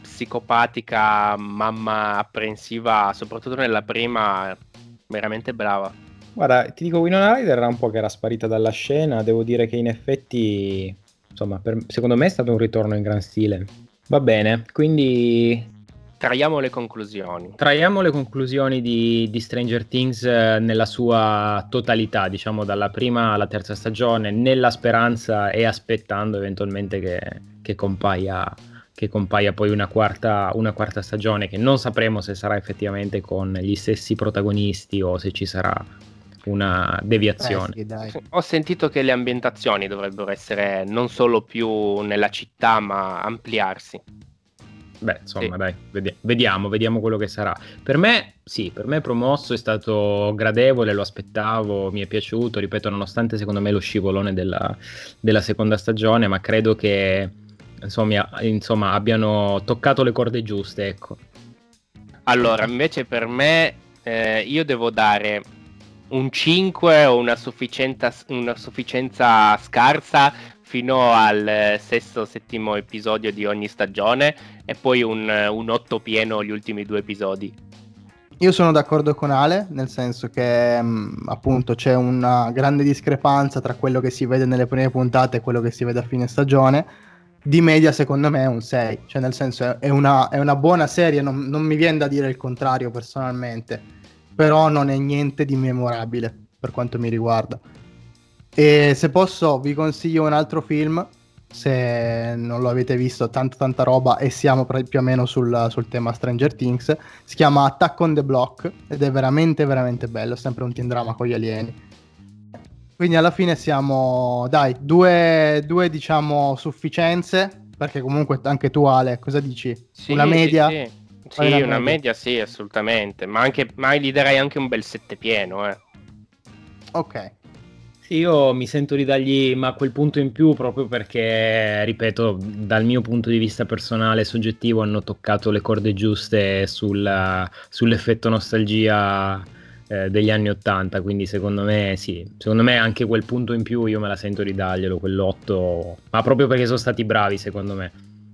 psicopatica mamma apprensiva, soprattutto nella prima, veramente brava. Guarda, ti dico, Winona Ryder era un po' che era sparita dalla scena, devo dire che in effetti, insomma, per- secondo me è stato un ritorno in gran stile. Va bene, quindi Traiamo le conclusioni. traiamo le conclusioni di, di Stranger Things eh, nella sua totalità, diciamo dalla prima alla terza stagione, nella speranza e aspettando eventualmente che, che compaia, che compaia poi una quarta, una quarta stagione, che non sapremo se sarà effettivamente con gli stessi protagonisti o se ci sarà una deviazione. Eh, sì, dai. Ho sentito che le ambientazioni dovrebbero essere non solo più nella città, ma ampliarsi. Beh, insomma, Sì. dai, vedi- vediamo, vediamo quello che sarà. Per me, sì, per me Promosso è stato gradevole, lo aspettavo, mi è piaciuto, ripeto, nonostante secondo me lo scivolone della, della seconda stagione, ma credo che insomma, insomma abbiano toccato le corde giuste, ecco. Allora, invece per me, eh, io devo dare un cinque o una sufficienza, una sufficienza scarsa fino al eh, sesto, settimo episodio di ogni stagione e poi un, un otto pieno gli ultimi due episodi. Io sono d'accordo con Ale, nel senso che mh, appunto c'è una grande discrepanza tra quello che si vede nelle prime puntate e quello che si vede a fine stagione. Di media secondo me è un sei, cioè nel senso è- è una, è una buona serie, non, non mi viene da dire il contrario personalmente, però non è niente di memorabile per quanto mi riguarda. E se posso vi consiglio un altro film, se non lo avete visto, tanta tanta roba e siamo pra- più o meno sul, sul tema Stranger Things, si chiama Attack on the Block ed è veramente veramente bello, sempre un teen drama con gli alieni. Quindi alla fine siamo, dai, due, due diciamo sufficienze, perché comunque anche tu Ale, cosa dici? Sì, Una sì, media? sì, Fai Sì, una una media. media sì, assolutamente, ma, anche, ma gli darei anche un bel sette pieno, eh. Ok. Sì, io mi sento di dargli ma quel punto in più proprio perché, ripeto, dal mio punto di vista personale e soggettivo hanno toccato le corde giuste sulla- sull'effetto nostalgia eh, degli anni ottanta, quindi secondo me sì, secondo me anche quel punto in più io me la sento di darglielo, quell'otto, ma proprio perché sono stati bravi secondo me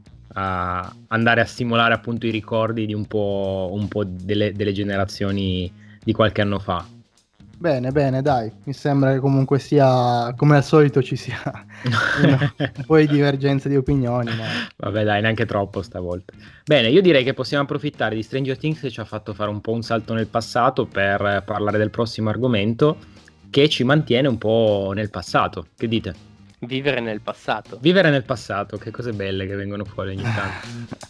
a andare a stimolare appunto i ricordi di un po', un po' delle, delle generazioni di qualche anno fa. Bene, bene, dai, mi sembra che comunque sia, come al solito ci sia un, un po' di divergenza di opinioni, ma Vabbè, dai, neanche troppo stavolta. Bene, io direi che possiamo approfittare di Stranger Things che ci ha fatto fare un po' un salto nel passato per parlare del prossimo argomento che ci mantiene un po' nel passato. Che dite? Vivere nel passato. Vivere nel passato, che cose belle che vengono fuori ogni tanto.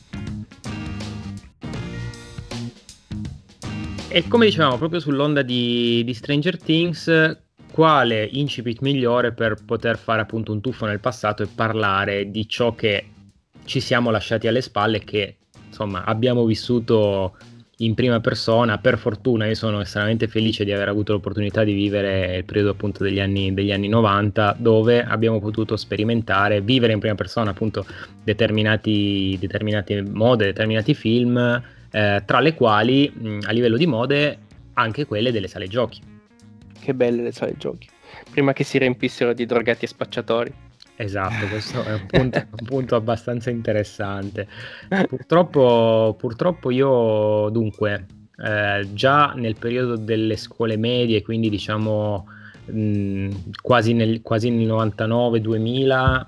E come dicevamo, proprio sull'onda di, di Stranger Things, quale incipit migliore per poter fare appunto un tuffo nel passato e parlare di ciò che ci siamo lasciati alle spalle e che insomma abbiamo vissuto in prima persona. Per fortuna io sono estremamente felice di aver avuto l'opportunità di vivere il periodo appunto degli anni, degli anni novanta, dove abbiamo potuto sperimentare, vivere in prima persona appunto determinati, determinate mode, determinati film, eh, tra le quali mh, a livello di mode anche quelle delle sale giochi. Che belle le sale giochi. Prima che si riempissero di drogati e spacciatori. Esatto, questo è un punto, un punto abbastanza interessante. Purtroppo, purtroppo io, dunque, eh, già nel periodo delle scuole medie, quindi diciamo mh, quasi nel, quasi nel novantanove duemila,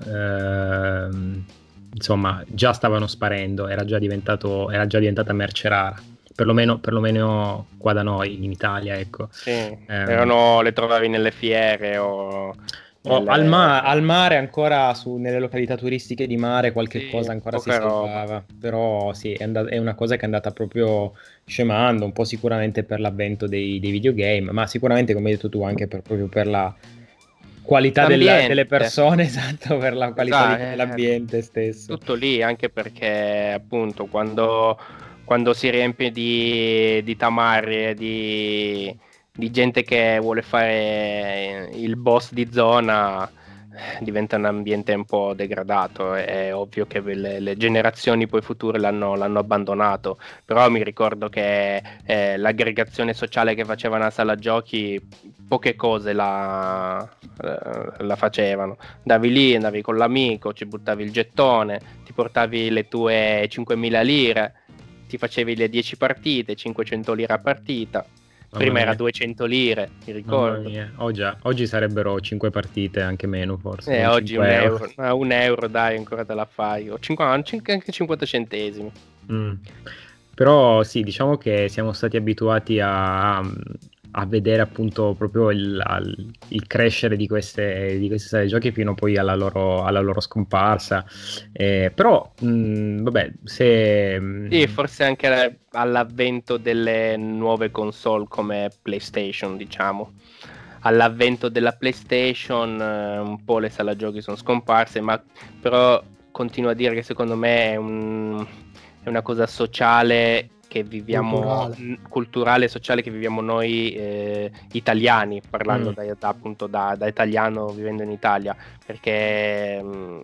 ehm, insomma, già stavano sparendo, era già diventato, era già diventata merce rara, perlomeno, perlomeno qua da noi in Italia, ecco. Sì, Ehm, erano, le trovavi nelle fiere o o al, nelle... ma- al mare ancora, su, nelle località turistiche di mare qualche Sì, cosa ancora si poca roba. salvava, però sì, è, and- è una cosa che è andata proprio scemando, un po' sicuramente per l'avvento dei, dei videogame, ma sicuramente, come hai detto tu, anche per- proprio per la qualità della- L'ambiente. delle persone, esatto, per la qualità di- Esatto, eh, dell'ambiente stesso. tutto lì, anche perché appunto quando, quando si riempie di, di tamarri e di, di gente che vuole fare il boss di zona, eh, diventa un ambiente un po' degradato. È ovvio che le, le generazioni poi future l'hanno, l'hanno abbandonato, però mi ricordo che eh, l'aggregazione sociale che faceva una sala giochi, poche cose la, eh, la facevano. Andavi lì, andavi con l'amico, ci buttavi il gettone, ti portavi le tue cinquemila lire, ti facevi le dieci partite, cinquecento lire a partita. Mamma Prima era mia, duecento lire, mi mamma ricordo. mia. Oh, già, oggi sarebbero cinque partite, anche meno forse, E con oggi un cinque euro. euro, ah, un euro dai, ancora te la fai, o cinquanta, anche cinquanta centesimi. Mm. Però sì, diciamo che siamo stati abituati a, a vedere appunto proprio il, al- il crescere di queste, di queste sale giochi fino poi alla loro, alla loro scomparsa. Eh, però, mh, vabbè, se... Sì, forse anche la- all'avvento delle nuove console come PlayStation, diciamo. All'avvento della PlayStation, eh, un po' le sala giochi sono scomparse, ma però continuo a dire che secondo me è, un- è una cosa sociale che viviamo, Culturale. mh, culturale e sociale che viviamo noi eh, italiani, parlando Mm. da, da- appunto da, da italiano vivendo in Italia, perché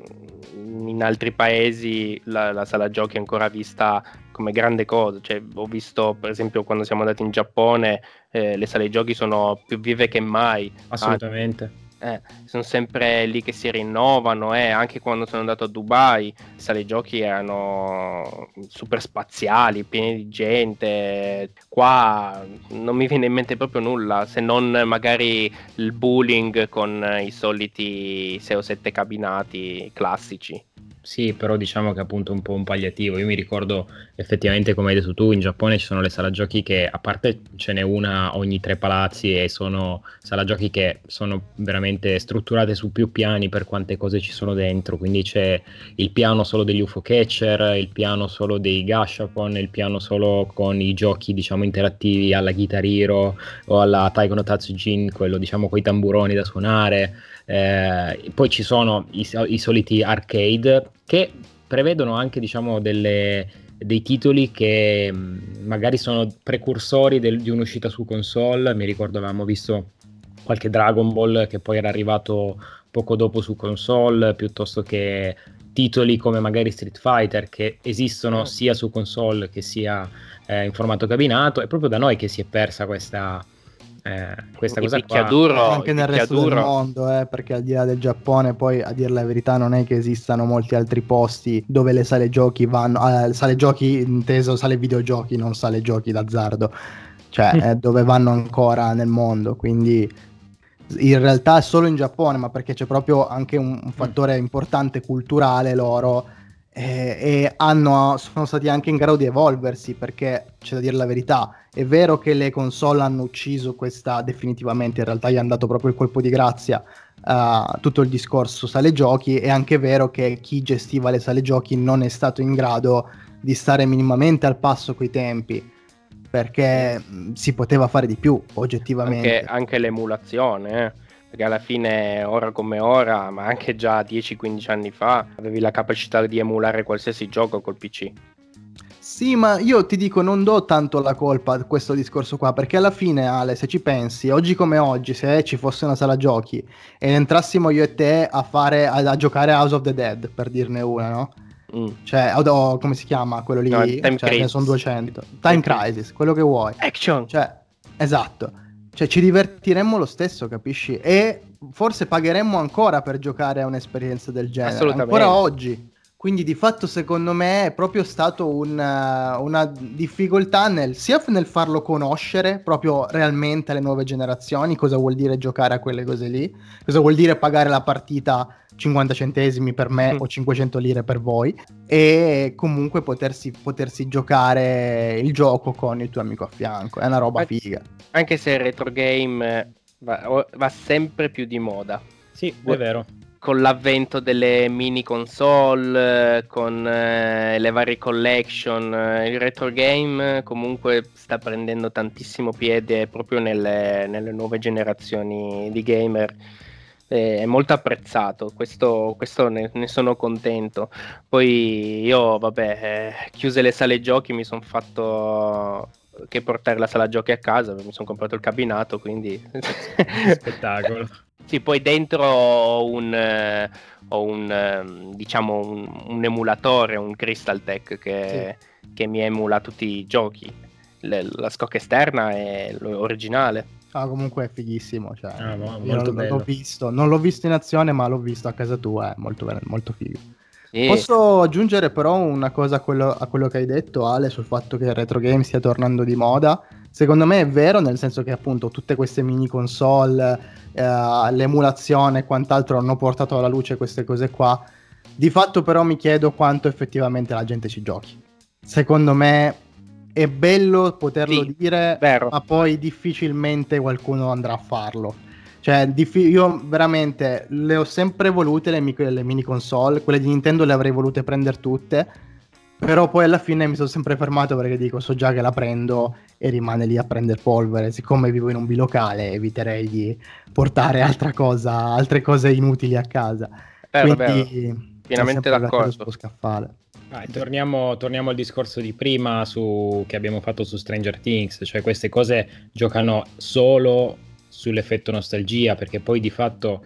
mh, in altri paesi la, la sala giochi è ancora vista come grande cosa. Cioè, ho visto per esempio quando siamo andati in Giappone, eh, le sale giochi sono più vive che mai. Assolutamente. Eh, sono sempre lì che si rinnovano, eh. Anche quando sono andato a Dubai, le sale giochi erano super spaziali, piene di gente. Qua non mi viene in mente proprio nulla, se non magari il bowling con i soliti sei o sette cabinati classici. Sì, però diciamo che appunto è un po' un palliativo. Io mi ricordo effettivamente, come hai detto tu, in Giappone ci sono le sala giochi che, a parte ce n'è una ogni tre palazzi, e sono sala giochi che sono veramente strutturate su più piani per quante cose ci sono dentro. Quindi c'è il piano solo degli U F O Catcher, il piano solo dei Gashapon, il piano solo con i giochi, diciamo, interattivi alla Guitar Hero o alla Taiko no Tatsujin, quello diciamo con i tamburoni da suonare. Eh, poi ci sono i, i soliti arcade che prevedono anche, diciamo, delle, dei titoli che mh, magari sono precursori del- di un'uscita su console. Mi ricordo avevamo visto qualche Dragon Ball che poi era arrivato poco dopo su console, piuttosto che titoli come magari Street Fighter che esistono Mm. sia su console che sia eh, in formato cabinato. È proprio da noi che si è persa questa, eh, questa I cosa qua. picchiaduro, Anche i nel resto del picchiaduro. mondo, eh, perché al di là del Giappone, poi a dire la verità, non è che esistano molti altri posti dove le sale giochi vanno, eh, sale giochi inteso sale videogiochi, non sale giochi d'azzardo, cioè eh, dove vanno ancora nel mondo, quindi in realtà è solo in Giappone, ma perché c'è proprio anche un, un fattore importante culturale loro, eh, e hanno, sono stati anche in grado di evolversi, perché c'è da dire la verità, è vero che le console hanno ucciso questa definitivamente, in realtà gli hanno dato proprio il colpo di grazia a tutto il discorso sale giochi. È anche vero che chi gestiva le sale giochi non è stato in grado di stare minimamente al passo coi tempi, perché mh, si poteva fare di più oggettivamente. Anche, anche l'emulazione, eh. Perché alla fine, ora come ora, ma anche già dieci quindici anni fa, avevi la capacità di emulare qualsiasi gioco col P C. Sì, ma io ti dico, non do tanto la colpa a questo discorso qua, perché alla fine, Ale, se ci pensi, oggi come oggi, se ci fosse una sala giochi ed entrassimo io e te a fare a, a giocare House of the Dead, per dirne una, no? Mm. Cioè, o, o come si chiama quello lì? No, Time Cioè, ne Crisis. sono duecento. Time Crisis, quello che vuoi. Action! Cioè, esatto. Cioè, ci divertiremmo lo stesso, capisci? E forse pagheremmo ancora per giocare a un'esperienza del genere. Assolutamente. Ancora oggi. Quindi di fatto secondo me è proprio stato un, uh, una difficoltà nel, sia nel farlo conoscere proprio realmente alle nuove generazioni, cosa vuol dire giocare a quelle cose lì, cosa vuol dire pagare la partita cinquanta centesimi per me o cinquecento lire per voi, e comunque potersi, potersi giocare il gioco con il tuo amico a fianco, è una roba An- figa. Anche se il retro game va, va sempre più di moda. Sì, è vero. Con l'avvento delle mini console, eh, con eh, le varie collection, eh, il retro game comunque sta prendendo tantissimo piede proprio nelle, nelle nuove generazioni di gamer. Eh, è molto apprezzato, questo, questo ne, ne sono contento. Poi io, vabbè, eh, chiuse le sale giochi, mi sono fatto che portare la sala giochi a casa, mi sono comprato il cabinato, quindi Spettacolo. Sì, poi dentro ho un, eh, ho un eh, diciamo un, un emulatore, un Crystal Tech che, sì. che mi emula tutti i giochi. Le, la scocca esterna è l'originale. Ah, comunque è fighissimo, cioè, ah, no, io molto l'ho, bello. l'ho visto, non l'ho visto in azione, ma l'ho visto a casa tua, è molto, molto figo. Sì. Posso aggiungere però una cosa a quello, a quello che hai detto, Ale, sul fatto che il retro game stia tornando di moda. Secondo me è vero, nel senso che appunto tutte queste mini console, eh, l'emulazione e quant'altro hanno portato alla luce queste cose qua. Di fatto però mi chiedo quanto effettivamente la gente ci giochi. Secondo me è bello poterlo sì, dire, vero. ma poi difficilmente qualcuno andrà a farlo. Cioè, diffi- io veramente le ho sempre volute le, mi- le mini console, quelle di Nintendo le avrei volute prendere tutte, però poi alla fine mi sono sempre fermato perché dico, so già che la prendo e rimane lì a prendere polvere. Siccome vivo in un bilocale, eviterei di portare altra cosa, altre cose inutili a casa. Vero, Quindi vero. Pienamente d'accordo. Sullo scaffale. Ah, torniamo, torniamo al discorso di prima su, che abbiamo fatto su Stranger Things, cioè queste cose giocano solo sull'effetto nostalgia, perché poi di fatto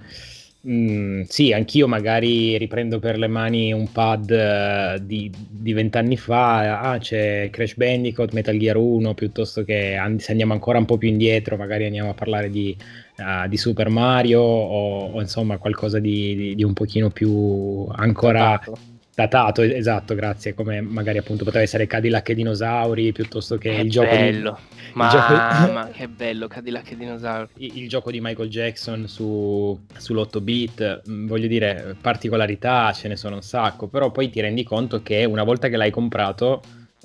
mh, sì, anch'io magari riprendo per le mani un pad uh, di vent'anni fa, ah, c'è Crash Bandicoot, Metal Gear uno, piuttosto che and- se andiamo ancora un po' più indietro magari andiamo a parlare di, uh, di Super Mario o, o insomma qualcosa di, di, di un pochino più ancora... Datato. Datato, esatto, grazie, come magari appunto poteva essere Cadillac e dinosauri piuttosto che, che il gioco bello. di ma, il gioco... ma che bello Cadillac e dinosauri, il, il gioco di Michael Jackson su, sull'otto bit, voglio dire, particolarità ce ne sono un sacco, però poi ti rendi conto che una volta che l'hai comprato,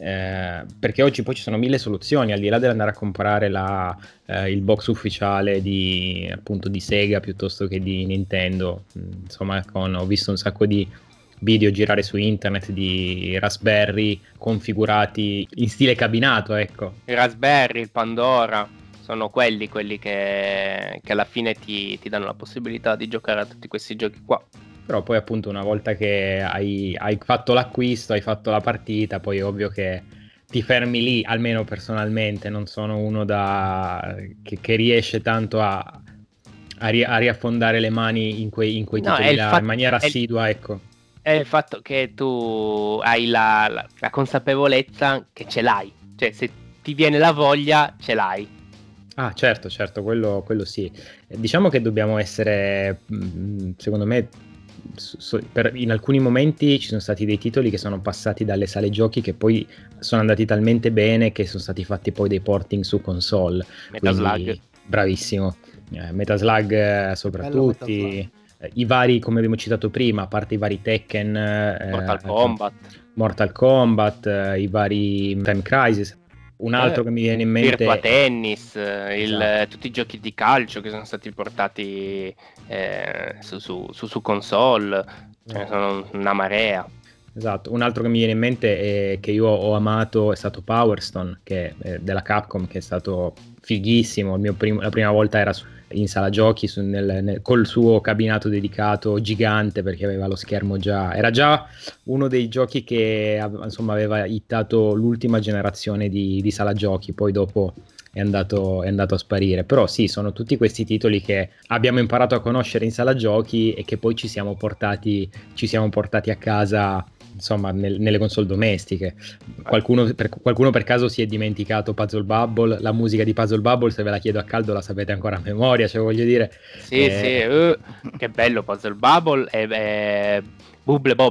eh, perché oggi poi ci sono mille soluzioni, al di là dell'andare a comprare la, eh, il box ufficiale di appunto di Sega piuttosto che di Nintendo, insomma con, ho visto un sacco di video girare su internet di Raspberry configurati in stile cabinato, ecco. Il Raspberry, il Pandora, sono quelli quelli che, che alla fine ti, ti danno la possibilità di giocare a tutti questi giochi qua. Però poi appunto una volta che hai, hai fatto l'acquisto, hai fatto la partita, poi è ovvio che ti fermi lì, almeno personalmente non sono uno da che, che riesce tanto a, a, ri, a riaffondare le mani in quei, in quei no, titoli là, fatto, in maniera assidua, è, ecco. È il fatto che tu hai la, la, la consapevolezza che ce l'hai, cioè se ti viene la voglia ce l'hai. Ah, certo, certo, quello, quello sì. Diciamo che dobbiamo essere, secondo me, so, per, in alcuni momenti ci sono stati dei titoli che sono passati dalle sale giochi che poi sono andati talmente bene che sono stati fatti poi dei porting su console. Metaslug. Bravissimo. Eh, Metaslug soprattutto. I vari, come abbiamo citato prima, a parte i vari Tekken, Mortal eh, Kombat, Mortal Kombat, eh, i vari Time Crisis. Un altro eh, che mi viene in mente Virtua Tennis, il, esatto. tutti i giochi di calcio che sono stati portati eh, su, su, su, su console, ce ne sono una marea. Esatto, un altro che mi viene in mente è che io ho amato è stato Power Stone, che è della Capcom, che è stato fighissimo. Il mio prim- la prima volta era su, in sala giochi su, nel, nel, col suo cabinato dedicato gigante, perché aveva lo schermo già, era già uno dei giochi che insomma aveva hittato l'ultima generazione di, di sala giochi, poi dopo è andato, è andato a sparire. Però sì, sono tutti questi titoli che abbiamo imparato a conoscere in sala giochi e che poi ci siamo portati, ci siamo portati a casa, insomma, nel, nelle console domestiche. Qualcuno per, qualcuno per caso si è dimenticato Puzzle Bubble, la musica di Puzzle Bubble, se ve la chiedo a caldo la sapete ancora a memoria, cioè voglio dire. Sì, eh... sì, uh, che bello Puzzle Bubble e eh, Bubble Bobble.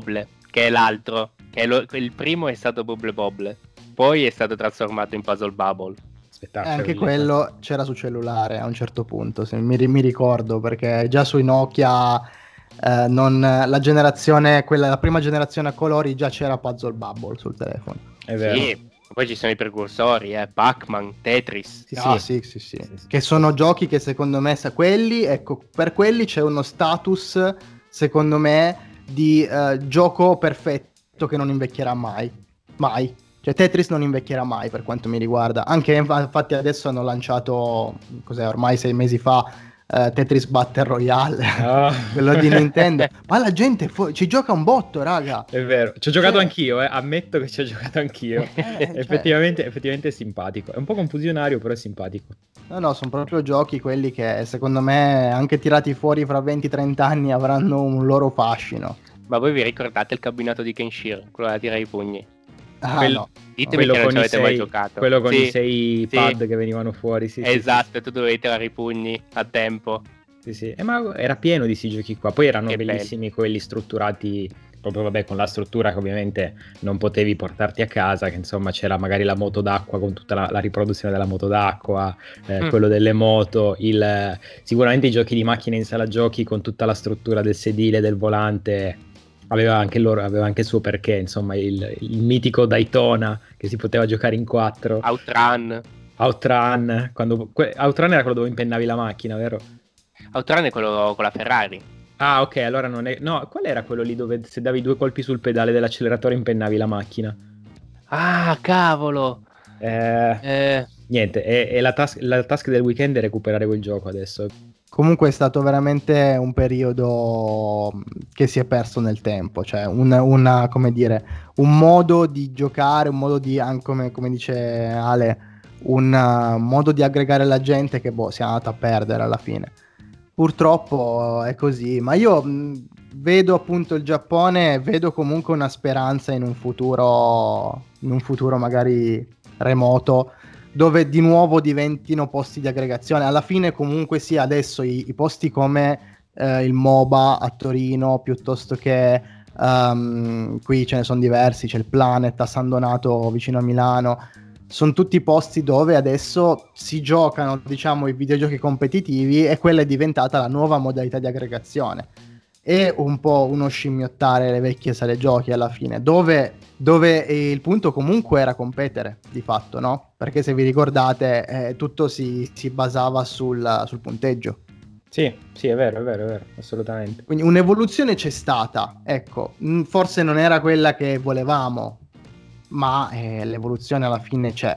che è l'altro, che è lo- il primo è stato Bubble Bobble, poi è stato trasformato in Puzzle Bubble. Spettacolo. Eh, anche bellissimo. quello c'era su cellulare a un certo punto, se mi, ri- mi ricordo, perché già sui Nokia, eh, non, la generazione, quella, la prima generazione a colori, già c'era Puzzle Bubble sul telefono. È vero. Sì, poi ci sono i precursori, eh, Pac-Man, Tetris. Sì, Ah, sì. sì, sì, sì. Sì, sì. Che sono giochi che secondo me, sa- quelli, ecco, per quelli c'è uno status, secondo me, di eh, gioco perfetto che non invecchierà mai. Mai. Cioè Tetris non invecchierà mai per quanto mi riguarda. Anche infa- infatti adesso hanno lanciato, cos'è, ormai sei mesi fa, eh, Tetris Battle Royale, Ah. quello di Nintendo. Ma la gente fu- ci gioca un botto, raga. È vero, ci ho giocato Cioè- anch'io, eh. Ammetto che ci ho giocato anch'io. Eh, cioè- effettivamente, effettivamente è simpatico. È un po' confusionario, però è simpatico. No, no, sono proprio giochi quelli che secondo me, anche tirati fuori fra venti trenta anni, avranno un loro fascino. Ma voi vi ricordate il cabinato di Kenshiro, quello da tirare i pugni? Ah, Quel- no. Ditemi quello che non con ci i avete mai sei- giocato. quello con Sì, i sei sì. pad che venivano fuori. Sì, sì, Esatto, e tu dovevi tirare i pugni a tempo. sì, sì. Eh, ma era pieno di questi giochi qua. Poi erano Che bellissimi quelli strutturati. Proprio vabbè, con la struttura che ovviamente non potevi portarti a casa, che insomma c'era magari la moto d'acqua con tutta la, la riproduzione della moto d'acqua, eh, Mm. quello delle moto, il, sicuramente i giochi di macchine in sala giochi con tutta la struttura del sedile, del volante, aveva anche, il loro, aveva anche il suo perché, insomma il, il mitico Daytona che si poteva giocare in quattro, Outrun. Outrun, quando, que- Outrun era quello dove impennavi la macchina, vero? Outrun è quello con la Ferrari. Ah, ok, allora non è... No, qual era quello lì dove se davi due colpi sul pedale dell'acceleratore impennavi la macchina? Ah, cavolo. Eh, Eh, niente, è, è la, task, la task del weekend è recuperare quel gioco adesso. Comunque è stato veramente un periodo che si è perso nel tempo, cioè un, una, come dire, un modo di giocare, un modo di, anche come, come dice Ale, un uh, modo di aggregare la gente che boh, si è andato a perdere alla fine. Purtroppo è così, ma io mh, vedo appunto il Giappone, vedo comunque una speranza in un futuro, in un futuro magari remoto, dove di nuovo diventino posti di aggregazione. Alla fine comunque sì, adesso i, i posti come eh, il MOBA a Torino, piuttosto che um, qui ce ne sono diversi, c'è il Planet a San Donato vicino a Milano, sono tutti posti dove adesso si giocano, diciamo, i videogiochi competitivi e quella è diventata la nuova modalità di aggregazione. È un po' uno scimmiottare le vecchie sale giochi alla fine, dove, dove il punto comunque era competere, di fatto, no? Perché se vi ricordate, eh, tutto si, si basava sul, sul punteggio. Sì, sì, è vero, è vero, è vero, assolutamente. Quindi un'evoluzione c'è stata, ecco, mh, forse non era quella che volevamo, ma eh, l'evoluzione alla fine c'è.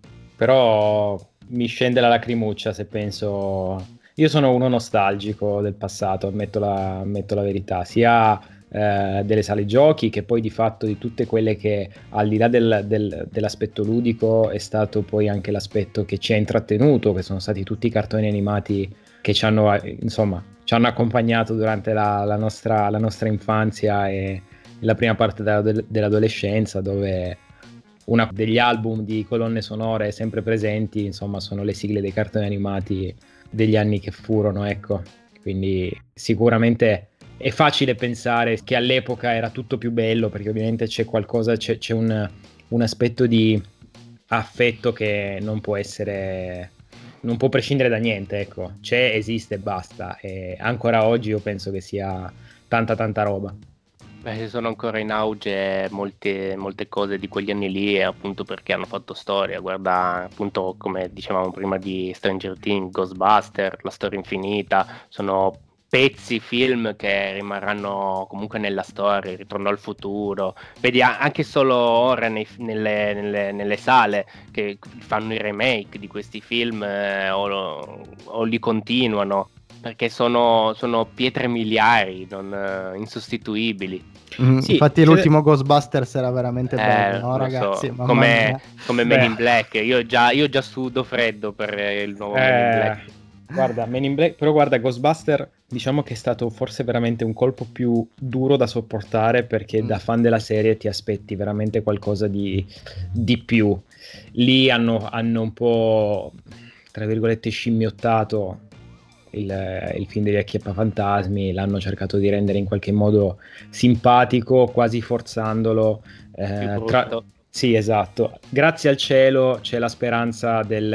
Però mi scende la lacrimuccia se penso... Io sono uno nostalgico del passato, ammetto la, ammetto la verità, sia eh, delle sale giochi che poi di fatto di tutte quelle che al di là del, del, dell'aspetto ludico è stato poi anche l'aspetto che ci ha intrattenuto, che sono stati tutti i cartoni animati che ci hanno, insomma, ci hanno accompagnato durante la, la, nostra, la nostra infanzia e la prima parte della, dell'adolescenza, dove uno degli album di colonne sonore sempre presenti, insomma, sono le sigle dei cartoni animati degli anni che furono, ecco. Quindi sicuramente è facile pensare che all'epoca era tutto più bello, perché ovviamente c'è qualcosa, c'è, c'è un, un aspetto di affetto che non può essere, non può prescindere da niente, ecco. C'è, esiste e basta. E ancora oggi io penso che sia tanta tanta roba. Beh, sono ancora in auge molte, molte cose di quegli anni lì, e appunto perché hanno fatto storia. Guarda, appunto, come dicevamo prima di Stranger Things, Ghostbuster, La Storia Infinita, sono pezzi, film che rimarranno comunque nella storia. Ritorno al futuro, vedi anche solo ora nei, nelle, nelle, nelle sale che fanno i remake di questi film eh, o, o li continuano, perché sono, sono pietre miliari, non uh, insostituibili. Mm, Sì, infatti c'è- l'ultimo Ghostbusters era veramente Eh, bello, no lo ragazzi? so, Mamma come, mia. come Beh. Men in Black. Io già, io già sudo freddo per il nuovo Men in Eh, Black. guarda, Men in Black, però guarda, Ghostbuster diciamo che è stato forse veramente un colpo più duro da sopportare, perché Mm. da fan della serie ti aspetti veramente qualcosa di, di più. Lì hanno, hanno un po', tra virgolette, scimmiottato il, il film degli Acchiappafantasmi, l'hanno cercato di rendere in qualche modo simpatico, quasi forzandolo. Eh, tra... Sì, esatto. Grazie al cielo c'è la speranza del,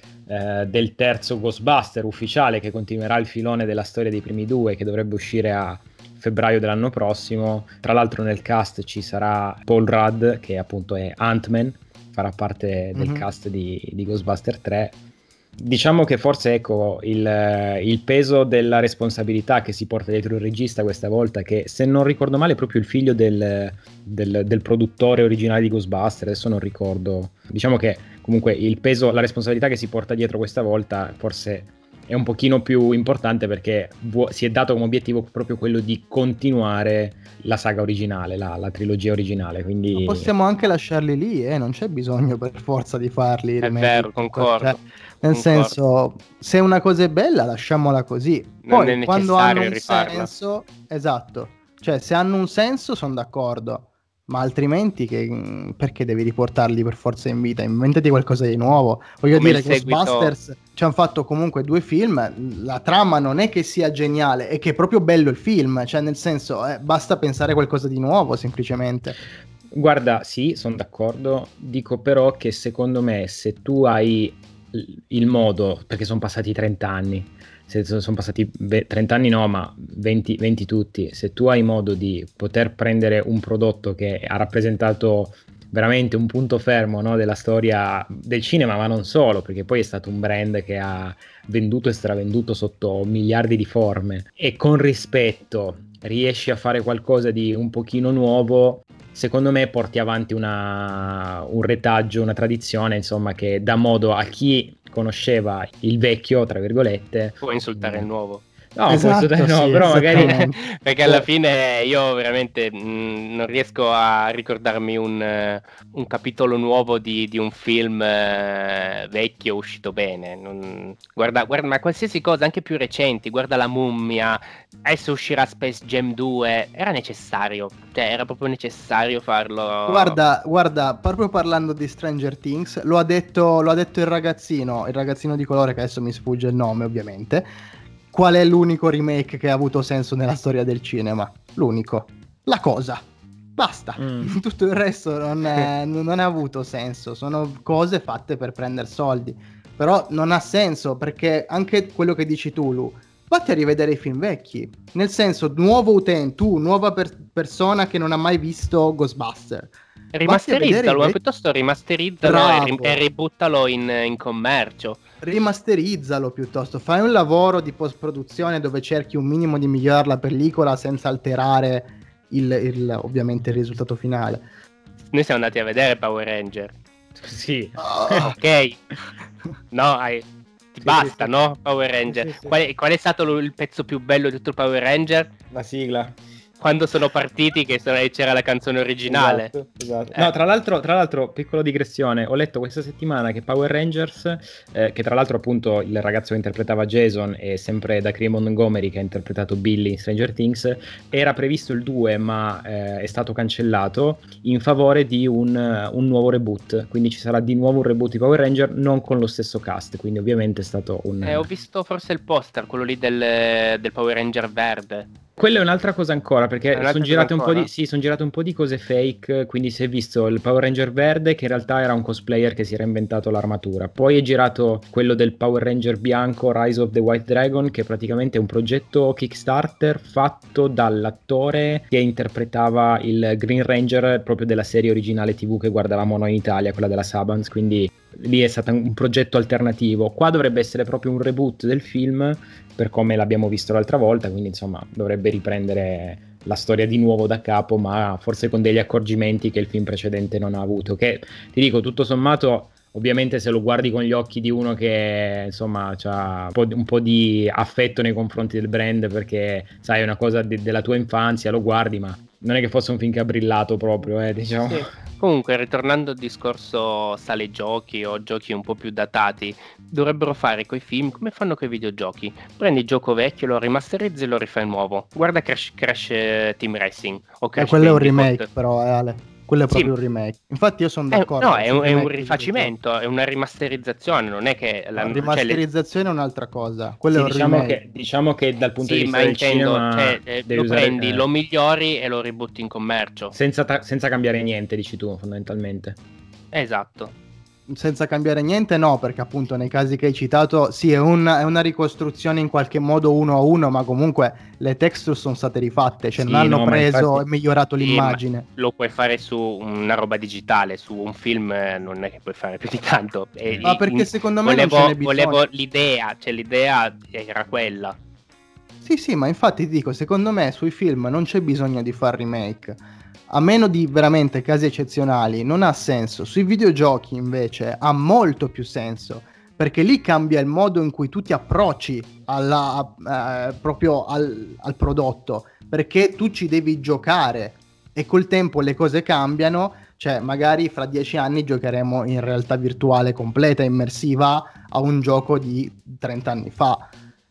eh, del terzo Ghostbuster ufficiale, che continuerà il filone della storia dei primi due, che dovrebbe uscire a febbraio dell'anno prossimo. Tra l'altro nel cast ci sarà Paul Rudd, che appunto è Ant-Man, farà parte del Mhm. cast di, di Ghostbuster tre. Diciamo che forse, ecco, il, il peso della responsabilità che si porta dietro il regista questa volta, che se non ricordo male è proprio il figlio del, del, del produttore originale di Ghostbuster, adesso non ricordo. Diciamo che comunque il peso, la responsabilità che si porta dietro questa volta forse è un pochino più importante, perché vuo- si è dato come obiettivo proprio quello di continuare la saga originale, la, la trilogia originale, quindi... Ma possiamo anche lasciarli lì, eh? Non c'è bisogno per forza di farli. È remake, vero, tutto, concordo. cioè, nel concordo. senso, se una cosa è bella, lasciamola così. Non Poi, è quando hanno necessario un rifarla. senso, esatto, cioè se hanno un senso sono d'accordo, ma altrimenti che, mh, perché devi riportarli per forza in vita? Inventati qualcosa di nuovo. Voglio Come dire, il seguito- Ghostbusters ci hanno fatto comunque due film, la trama non è che sia geniale, è che è proprio bello il film, cioè nel senso, eh, basta pensare qualcosa di nuovo semplicemente. Guarda, sì, sono d'accordo. Dico però che secondo me, se tu hai il- il modo, perché sono passati trenta anni, se sono passati ve- trenta anni no, ma venti, venti tutti, se tu hai modo di poter prendere un prodotto che ha rappresentato veramente un punto fermo, no, della storia del cinema, ma non solo, perché poi è stato un brand che ha venduto e stravenduto sotto miliardi di forme, e con rispetto riesci a fare qualcosa di un pochino nuovo, secondo me porti avanti una, un retaggio, una tradizione, insomma, che dà modo a chi conosceva il vecchio, tra virgolette. Può insultare il nuovo. No, Esatto, questo no, sì, però magari... esattamente. Perché alla fine io veramente mh, non riesco a ricordarmi un, eh, un capitolo nuovo di, di un film eh, vecchio uscito bene. Non- Guarda, guarda, ma qualsiasi cosa, anche più recenti, guarda La Mummia, adesso uscirà Space Jam due, era necessario, cioè era proprio necessario farlo. Guarda, guarda, proprio parlando di Stranger Things, lo ha detto, lo ha detto il ragazzino, il ragazzino di colore, che adesso mi sfugge il nome ovviamente. Qual è l'unico remake che ha avuto senso nella storia del cinema? L'unico. La Cosa. Basta. Mm. Tutto il resto non, è- non ha avuto senso. Sono cose fatte per prendere soldi. Però non ha senso, perché anche quello che dici tu, Lu, vatti a rivedere i film vecchi. Nel senso, nuovo utente, tu, nuova per- persona che non ha mai visto Ghostbuster. Vatti a vedere i Rimasterizzalo, ma vecchi. piuttosto rimasterizzalo e, ri- Bravo. e ributtalo in, in commercio. Rimasterizzalo piuttosto, fai un lavoro di post-produzione dove cerchi un minimo di migliorare la pellicola senza alterare il, il- ovviamente il risultato finale. Noi siamo andati a vedere Power Ranger. Sì. Ok. No, hai- ti Sì, basta, sì, sì. no? Power Ranger. Sì, sì, sì. Qual, è, qual è stato lo- il pezzo più bello di tutto il Power Ranger? La sigla. Quando sono partiti che sono- c'era la canzone originale. Esatto, esatto. Eh. No, tra l'altro, tra l'altro, piccola digressione, ho letto questa settimana che Power Rangers, eh, che tra l'altro appunto il ragazzo che interpretava Jason è sempre Dacre Montgomery, che ha interpretato Billy in Stranger Things, era previsto il due, ma eh, è stato cancellato in favore di un, un nuovo reboot, quindi ci sarà di nuovo un reboot di Power Ranger, non con lo stesso cast, quindi ovviamente è stato un... Eh, ho visto forse il poster, quello lì del, del Power Ranger verde. Quella è un'altra cosa ancora, È perché un'altra sono cosa girate un po' ancora? di, sì, son girate un po' di cose fake, quindi si è visto il Power Ranger verde che in realtà era un cosplayer che si era inventato l'armatura, poi è girato quello del Power Ranger bianco Rise of the White Dragon, che praticamente è un progetto Kickstarter fatto dall'attore che interpretava il Green Ranger proprio della serie originale tivù che guardavamo noi in Italia, quella della Sabans, quindi lì è stato un progetto alternativo. Qua dovrebbe essere proprio un reboot del film per come l'abbiamo visto l'altra volta, quindi insomma dovrebbe riprendere la storia di nuovo da capo, ma forse con degli accorgimenti che il film precedente non ha avuto, che ti dico, tutto sommato, ovviamente se lo guardi con gli occhi di uno che insomma ha un po', di, un po' di affetto nei confronti del brand, perché sai, è una cosa de- della tua infanzia, lo guardi, ma non è che fosse un film che ha brillato proprio, eh, diciamo. Sì. Comunque, ritornando al discorso sale giochi o giochi un po' più datati, dovrebbero fare coi film come fanno coi videogiochi. Prendi il gioco vecchio, lo rimasterizzi e lo rifai nuovo. Guarda Crash, Crash eh, Team Racing o Eh, Crash quello è un Bandicoot. remake, però, eh, Ale. Quello quello è Sì. proprio un remake. Infatti io sono È, d'accordo. no, è un, sul è un remake di rifacimento, è una rimasterizzazione, non è che videogiochi. la, No, cioè, le- rimasterizzazione è un'altra cosa, quello Sì, è un diciamo remake. che, diciamo che dal punto di sì, vista ma del intendo, cinema cioè, eh, devi lo usare prendi, eh, lo migliori e lo ributti in commercio. senza, ta- senza cambiare niente, dici tu, fondamentalmente. Esatto. Senza cambiare niente, no, perché appunto nei casi che hai citato, sì, è, un- è una ricostruzione in qualche modo uno a uno, ma comunque le texture sono state rifatte, cioè non Sì, hanno no, ma preso infatti- e migliorato Sì, l'immagine. ma lo puoi fare su una roba digitale, su un film eh, non è che puoi fare più di tanto. E Ma i- perché in- secondo me non ce volevo, n'è bisogno. volevo l'idea, cioè l'idea era quella. Sì, sì, ma infatti ti dico, secondo me sui film non c'è bisogno di far remake. A meno di veramente casi eccezionali, non ha senso. Sui videogiochi invece ha molto più senso, perché lì cambia il modo in cui tu ti approcci alla, eh, proprio al, al prodotto, perché tu ci devi giocare e col tempo le cose cambiano, cioè magari fra dieci anni giocheremo in realtà virtuale completa, immersiva, a un gioco di trenta anni fa.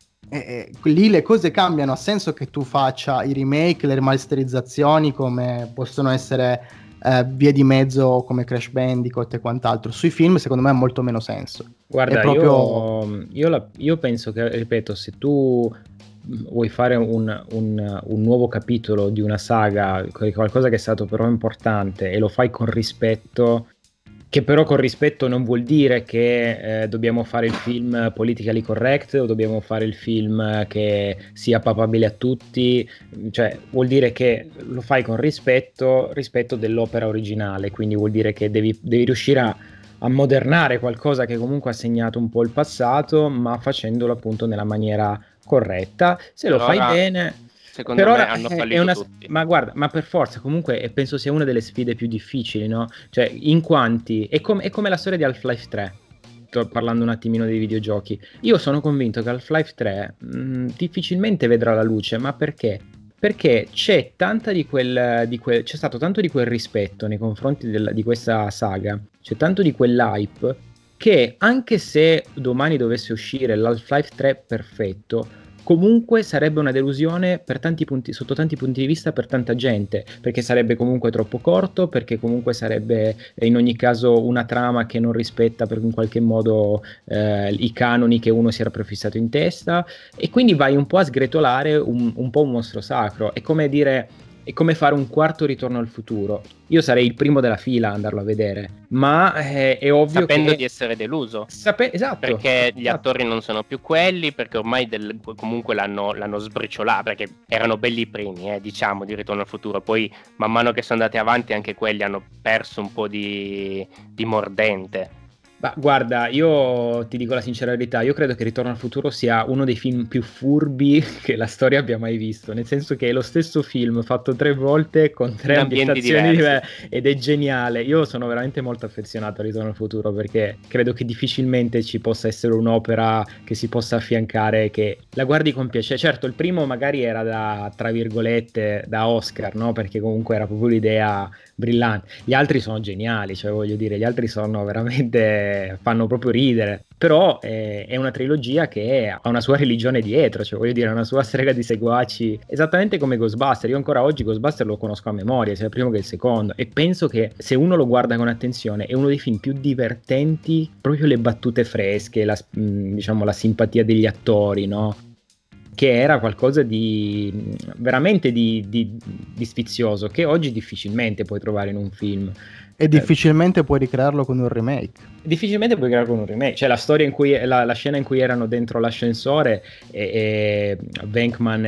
E, e lì le cose cambiano, ha senso che tu faccia i remake, le remasterizzazioni come possono essere eh, vie di mezzo come Crash Bandicoot e quant'altro. Sui film secondo me ha molto meno senso. Guarda, È proprio... io, io, la- io penso che, ripeto, se tu vuoi fare un, un- un nuovo capitolo di una saga, qualcosa che è stato però importante, e lo fai con rispetto, che però con rispetto non vuol dire che eh, dobbiamo fare il film politically correct o dobbiamo fare il film che sia papabile a tutti, cioè vuol dire che lo fai con rispetto, rispetto dell'opera originale, quindi vuol dire che devi, devi riuscire a a modernare qualcosa che comunque ha segnato un po' il passato, ma facendolo appunto nella maniera corretta. Se lo Per fai ora, bene, secondo per me ora hanno è, è fallito una... tutti. Ma guarda, ma per forza, comunque e penso sia una delle sfide più difficili, no? Cioè, in quanti... È, com- è come la storia di Half-Life tre. Sto parlando un attimino dei videogiochi. Io sono convinto che Half-Life tre mh, difficilmente vedrà la luce, ma perché? Perché c'è tanta di quel, di quel, c'è stato tanto di quel rispetto nei confronti del- di questa saga, c'è tanto di quell'hype che anche se domani dovesse uscire l'Half-Life tre perfetto, comunque sarebbe una delusione per tanti punti, sotto tanti punti di vista per tanta gente, perché sarebbe comunque troppo corto, perché comunque sarebbe eh, in ogni caso una trama che non rispetta per in qualche modo eh, i canoni che uno si era prefissato in testa, e quindi vai un po' a sgretolare un, un po' un mostro sacro. È come dire, è come fare un quarto Ritorno al futuro. Io sarei il primo della fila a andarlo a vedere, ma eh, è ovvio Sapendo che di essere deluso. Sape- esatto, Perché gli esatto. attori non sono più quelli, perché ormai del- comunque l'hanno, l'hanno sbriciolato, perché erano belli i primi, eh, diciamo, di Ritorno al futuro. Poi man mano che sono andati avanti anche quelli hanno perso un po' di, di mordente. Ma guarda, io ti dico la sincera verità, io credo che Ritorno al futuro sia uno dei film più furbi che la storia abbia mai visto, nel senso che è lo stesso film fatto tre volte con tre In ambienti ambientazioni diversi. diverse ed è geniale. Io sono veramente molto affezionato a Ritorno al futuro perché credo che difficilmente ci possa essere un'opera che si possa affiancare, che la guardi con piacere. Certo, il primo magari era da, tra virgolette, da Oscar, no? Perché comunque era proprio l'idea brillante. Gli altri sono geniali, cioè voglio dire, gli altri sono veramente fanno proprio ridere. Però eh, è una trilogia che ha una sua religione dietro, cioè voglio dire, una sua strega di seguaci, esattamente come Ghostbuster. Io ancora oggi Ghostbuster lo conosco a memoria, sia il primo che il secondo, e penso che se uno lo guarda con attenzione è uno dei film più divertenti, proprio le battute fresche, la, mh, diciamo la simpatia degli attori, no? Che era qualcosa di veramente di, di, di sfizioso, che oggi difficilmente puoi trovare in un film. E difficilmente puoi ricrearlo con un remake. Difficilmente puoi creare con un remake, cioè la storia in cui la, la scena in cui erano dentro l'ascensore e, e Venkman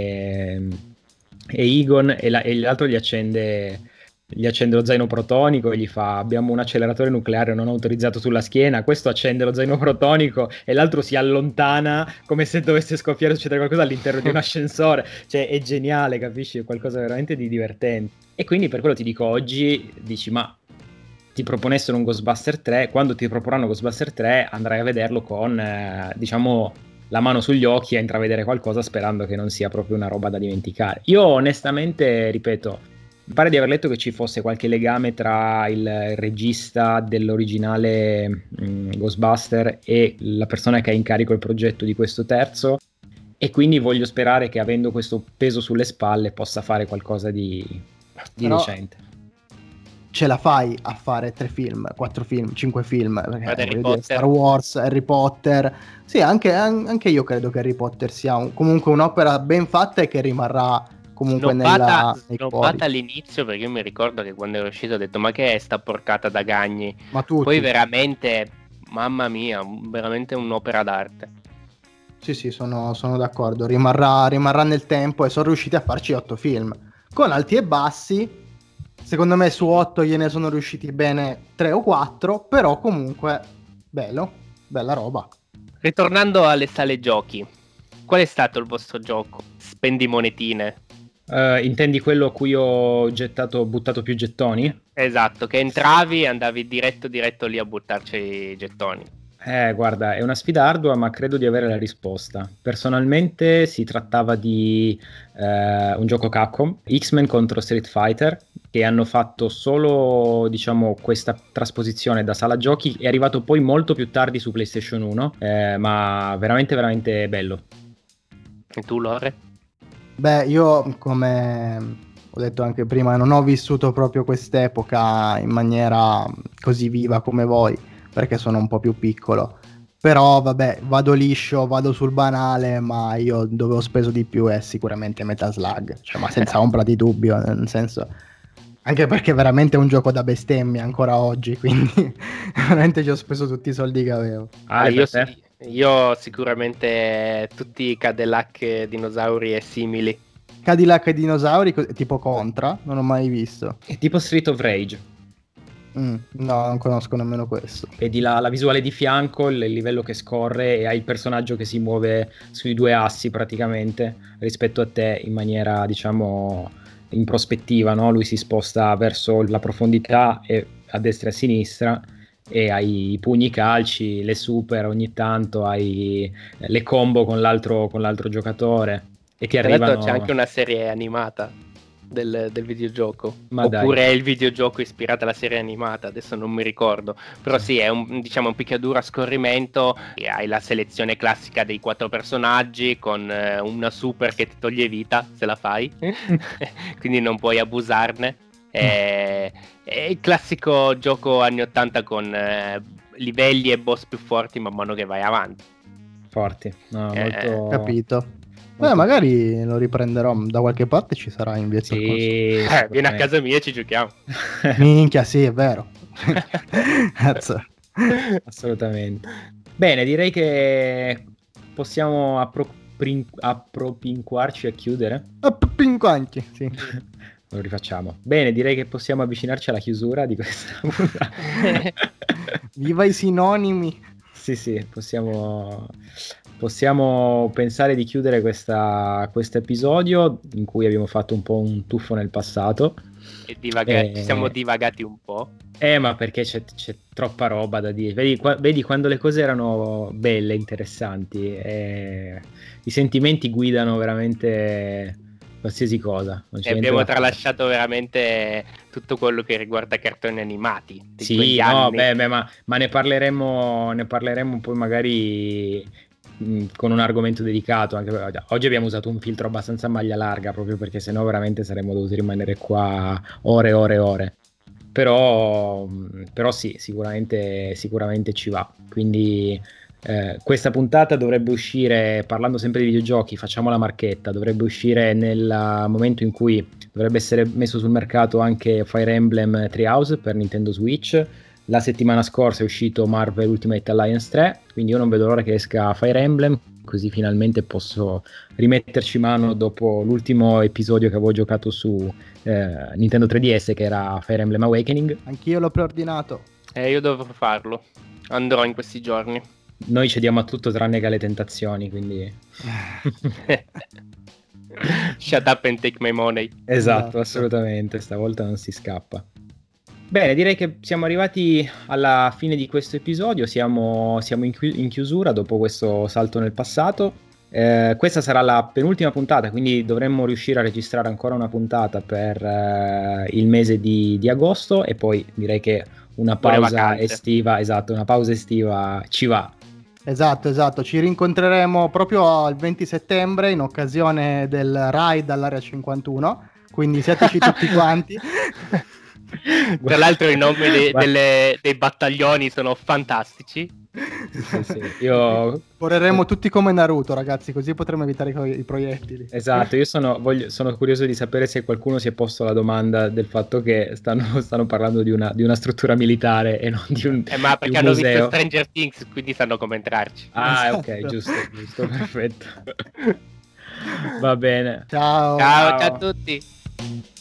e, e Egon e, la, e l'altro gli accende gli accende lo zaino protonico e gli fa: abbiamo un acceleratore nucleare non autorizzato sulla schiena. Questo accende lo zaino protonico e l'altro si allontana come se dovesse scoppiare o succedere qualcosa all'interno di un ascensore. Cioè è geniale, capisci? È qualcosa veramente di divertente. E quindi per quello ti dico, oggi dici: ma ti proponessero un Ghostbuster tre, quando ti proporranno Ghostbuster tre andrai a vederlo con eh, diciamo la mano sugli occhi a intravedere qualcosa, sperando che non sia proprio una roba da dimenticare. Io onestamente, ripeto, mi pare di aver letto che ci fosse qualche legame tra il regista dell'originale mh, Ghostbuster e la persona che ha in carico il progetto di questo terzo, e quindi voglio sperare che, avendo questo peso sulle spalle, possa fare qualcosa di, di Però- decente. ce la fai a fare tre film, quattro film, cinque film, perché, Harry voglio dire, Potter. Star Wars, Harry Potter, sì, anche, an- anche io credo che Harry Potter sia un- comunque un'opera ben fatta e che rimarrà comunque Snobbata, nella, nei cuori. snobbata all'inizio, perché io mi ricordo che quando ero uscito ho detto ma che è sta porcata da Gagni, Ma tutti, poi veramente, mamma mia, veramente un'opera d'arte. sì sì, sono, sono d'accordo, rimarrà, rimarrà nel tempo e sono riusciti a farci otto film, con alti e bassi. Secondo me su otto gliene sono riusciti bene tre o quattro, però comunque bello, bella roba. Ritornando alle sale giochi, qual è stato il vostro gioco? Spendi monetine. Eh, intendi quello a cui ho gettato, buttato più gettoni? Esatto, che entravi e andavi diretto diretto lì a buttarci i gettoni. Eh, guarda, è una sfida ardua, ma credo di avere la risposta. Personalmente si trattava di eh, un gioco Capcom, X-Men contro Street Fighter, che hanno fatto solo, diciamo, questa trasposizione da sala giochi. È arrivato poi molto più tardi su PlayStation uno, eh, ma veramente, veramente bello. E tu, Lore? Beh, io come ho detto anche prima, non ho vissuto proprio quest'epoca in maniera così viva come voi, perché sono un po' più piccolo. Però vabbè, vado liscio, vado sul banale, ma io dove ho speso di più è sicuramente Metal Slug, cioè, ma senza ombra di dubbio, nel senso, anche perché veramente è un gioco da bestemmia ancora oggi, quindi veramente ci ho speso tutti i soldi che avevo. Ah, Ale, io, per te? sì- io sicuramente tutti i Cadillac dinosauri e simili. Cadillac e dinosauri, co- tipo Contra, non ho mai visto. È tipo Street of Rage. Mm, no, non conosco nemmeno questo. Vedi la, la visuale di fianco, il livello che scorre e hai il personaggio che si muove sui due assi praticamente rispetto a te in maniera, diciamo, in prospettiva, no? Lui si sposta verso la profondità e a destra e a sinistra e hai i pugni calci, le super ogni tanto, hai le combo con l'altro, con l'altro giocatore e ti Tra l'altro arrivano... c'è anche una serie animata del, del videogioco. Ma dai. Oppure è il videogioco ispirato alla serie animata, adesso non mi ricordo. Però sì, è un, diciamo, un picchiaduro a scorrimento. E hai la selezione classica dei quattro personaggi con eh, una super che ti toglie vita se la fai. Quindi non puoi abusarne. È, è il classico gioco anni ottanta con eh, livelli e boss più forti man mano che vai avanti. Forti, no, Eh, molto... Capito. Beh, molto- magari lo riprenderò da qualche parte, ci sarà in via Sì, Eh, vieni a casa mia e ci giochiamo. Minchia, sì, è vero. Cazzo. assolutamente. Bene, direi che possiamo approprin- appropinquarci a chiudere. Pinquanti, sì. Lo rifacciamo. Bene, direi che possiamo avvicinarci alla chiusura di questa puntata. Viva i sinonimi. Sì, sì, possiamo, possiamo pensare di chiudere questa, questo episodio in cui abbiamo fatto un po' un tuffo nel passato. E divaga- Eh, ci siamo divagati un po'. Eh, ma perché c'è, c'è troppa roba da dire. Vedi, qua- vedi quando le cose erano belle, interessanti, eh, i sentimenti guidano veramente qualsiasi cosa. Non c'è E niente abbiamo da fare. tralasciato veramente tutto quello che riguarda cartoni animati di Sì, quegli no, anni. beh, beh, ma, ma ne parleremo, ne parleremo poi magari mh, con un argomento dedicato. Anche perché oggi abbiamo usato un filtro abbastanza maglia larga, proprio perché sennò veramente saremmo dovuti rimanere qua ore e ore e ore. Però, mh, però sì, sicuramente, sicuramente ci va. Quindi eh, questa puntata dovrebbe uscire, parlando sempre di videogiochi, facciamo la marchetta, dovrebbe uscire nel momento in cui dovrebbe essere messo sul mercato anche Fire Emblem Treehouse per Nintendo Switch. La settimana scorsa è uscito Marvel Ultimate Alliance tre, quindi io non vedo l'ora che esca Fire Emblem, così finalmente posso rimetterci mano dopo l'ultimo episodio che avevo giocato su eh, Nintendo tre D S, che era Fire Emblem Awakening. Anch'io l'ho preordinato. Eh, io dovrò farlo. Andrò in questi giorni. Noi cediamo a tutto tranne che alle tentazioni, quindi... Shut up and take my money. Esatto, Esatto. assolutamente, stavolta non si scappa. Bene, direi che siamo arrivati alla fine di questo episodio, siamo, siamo in, chi- in chiusura dopo questo salto nel passato. Eh, questa sarà la penultima puntata, quindi dovremmo riuscire a registrare ancora una puntata per eh, il mese di, di agosto e poi direi che una Pure pausa vacanze. estiva, esatto, una pausa estiva ci va. Esatto, esatto. Ci rincontreremo proprio il venti settembre in occasione del Raid all'Area cinquantuno. Quindi siateci tutti quanti. Tra l'altro i nomi de- Guarda- delle- dei battaglioni sono fantastici. Sì, sì, io Correremo tutti come Naruto, ragazzi, così potremo evitare i, i proiettili. esatto, io sono, voglio- sono curioso di sapere se qualcuno si è posto la domanda del fatto che stanno, stanno parlando di una, di una struttura militare e non di un, Eh, ma di perché un hanno visto museo. Stranger Things, quindi sanno come entrarci. Ah, ok, Esatto. giusto, giusto, perfetto. Va bene. Ciao. Ciao, Ciao. ciao a tutti.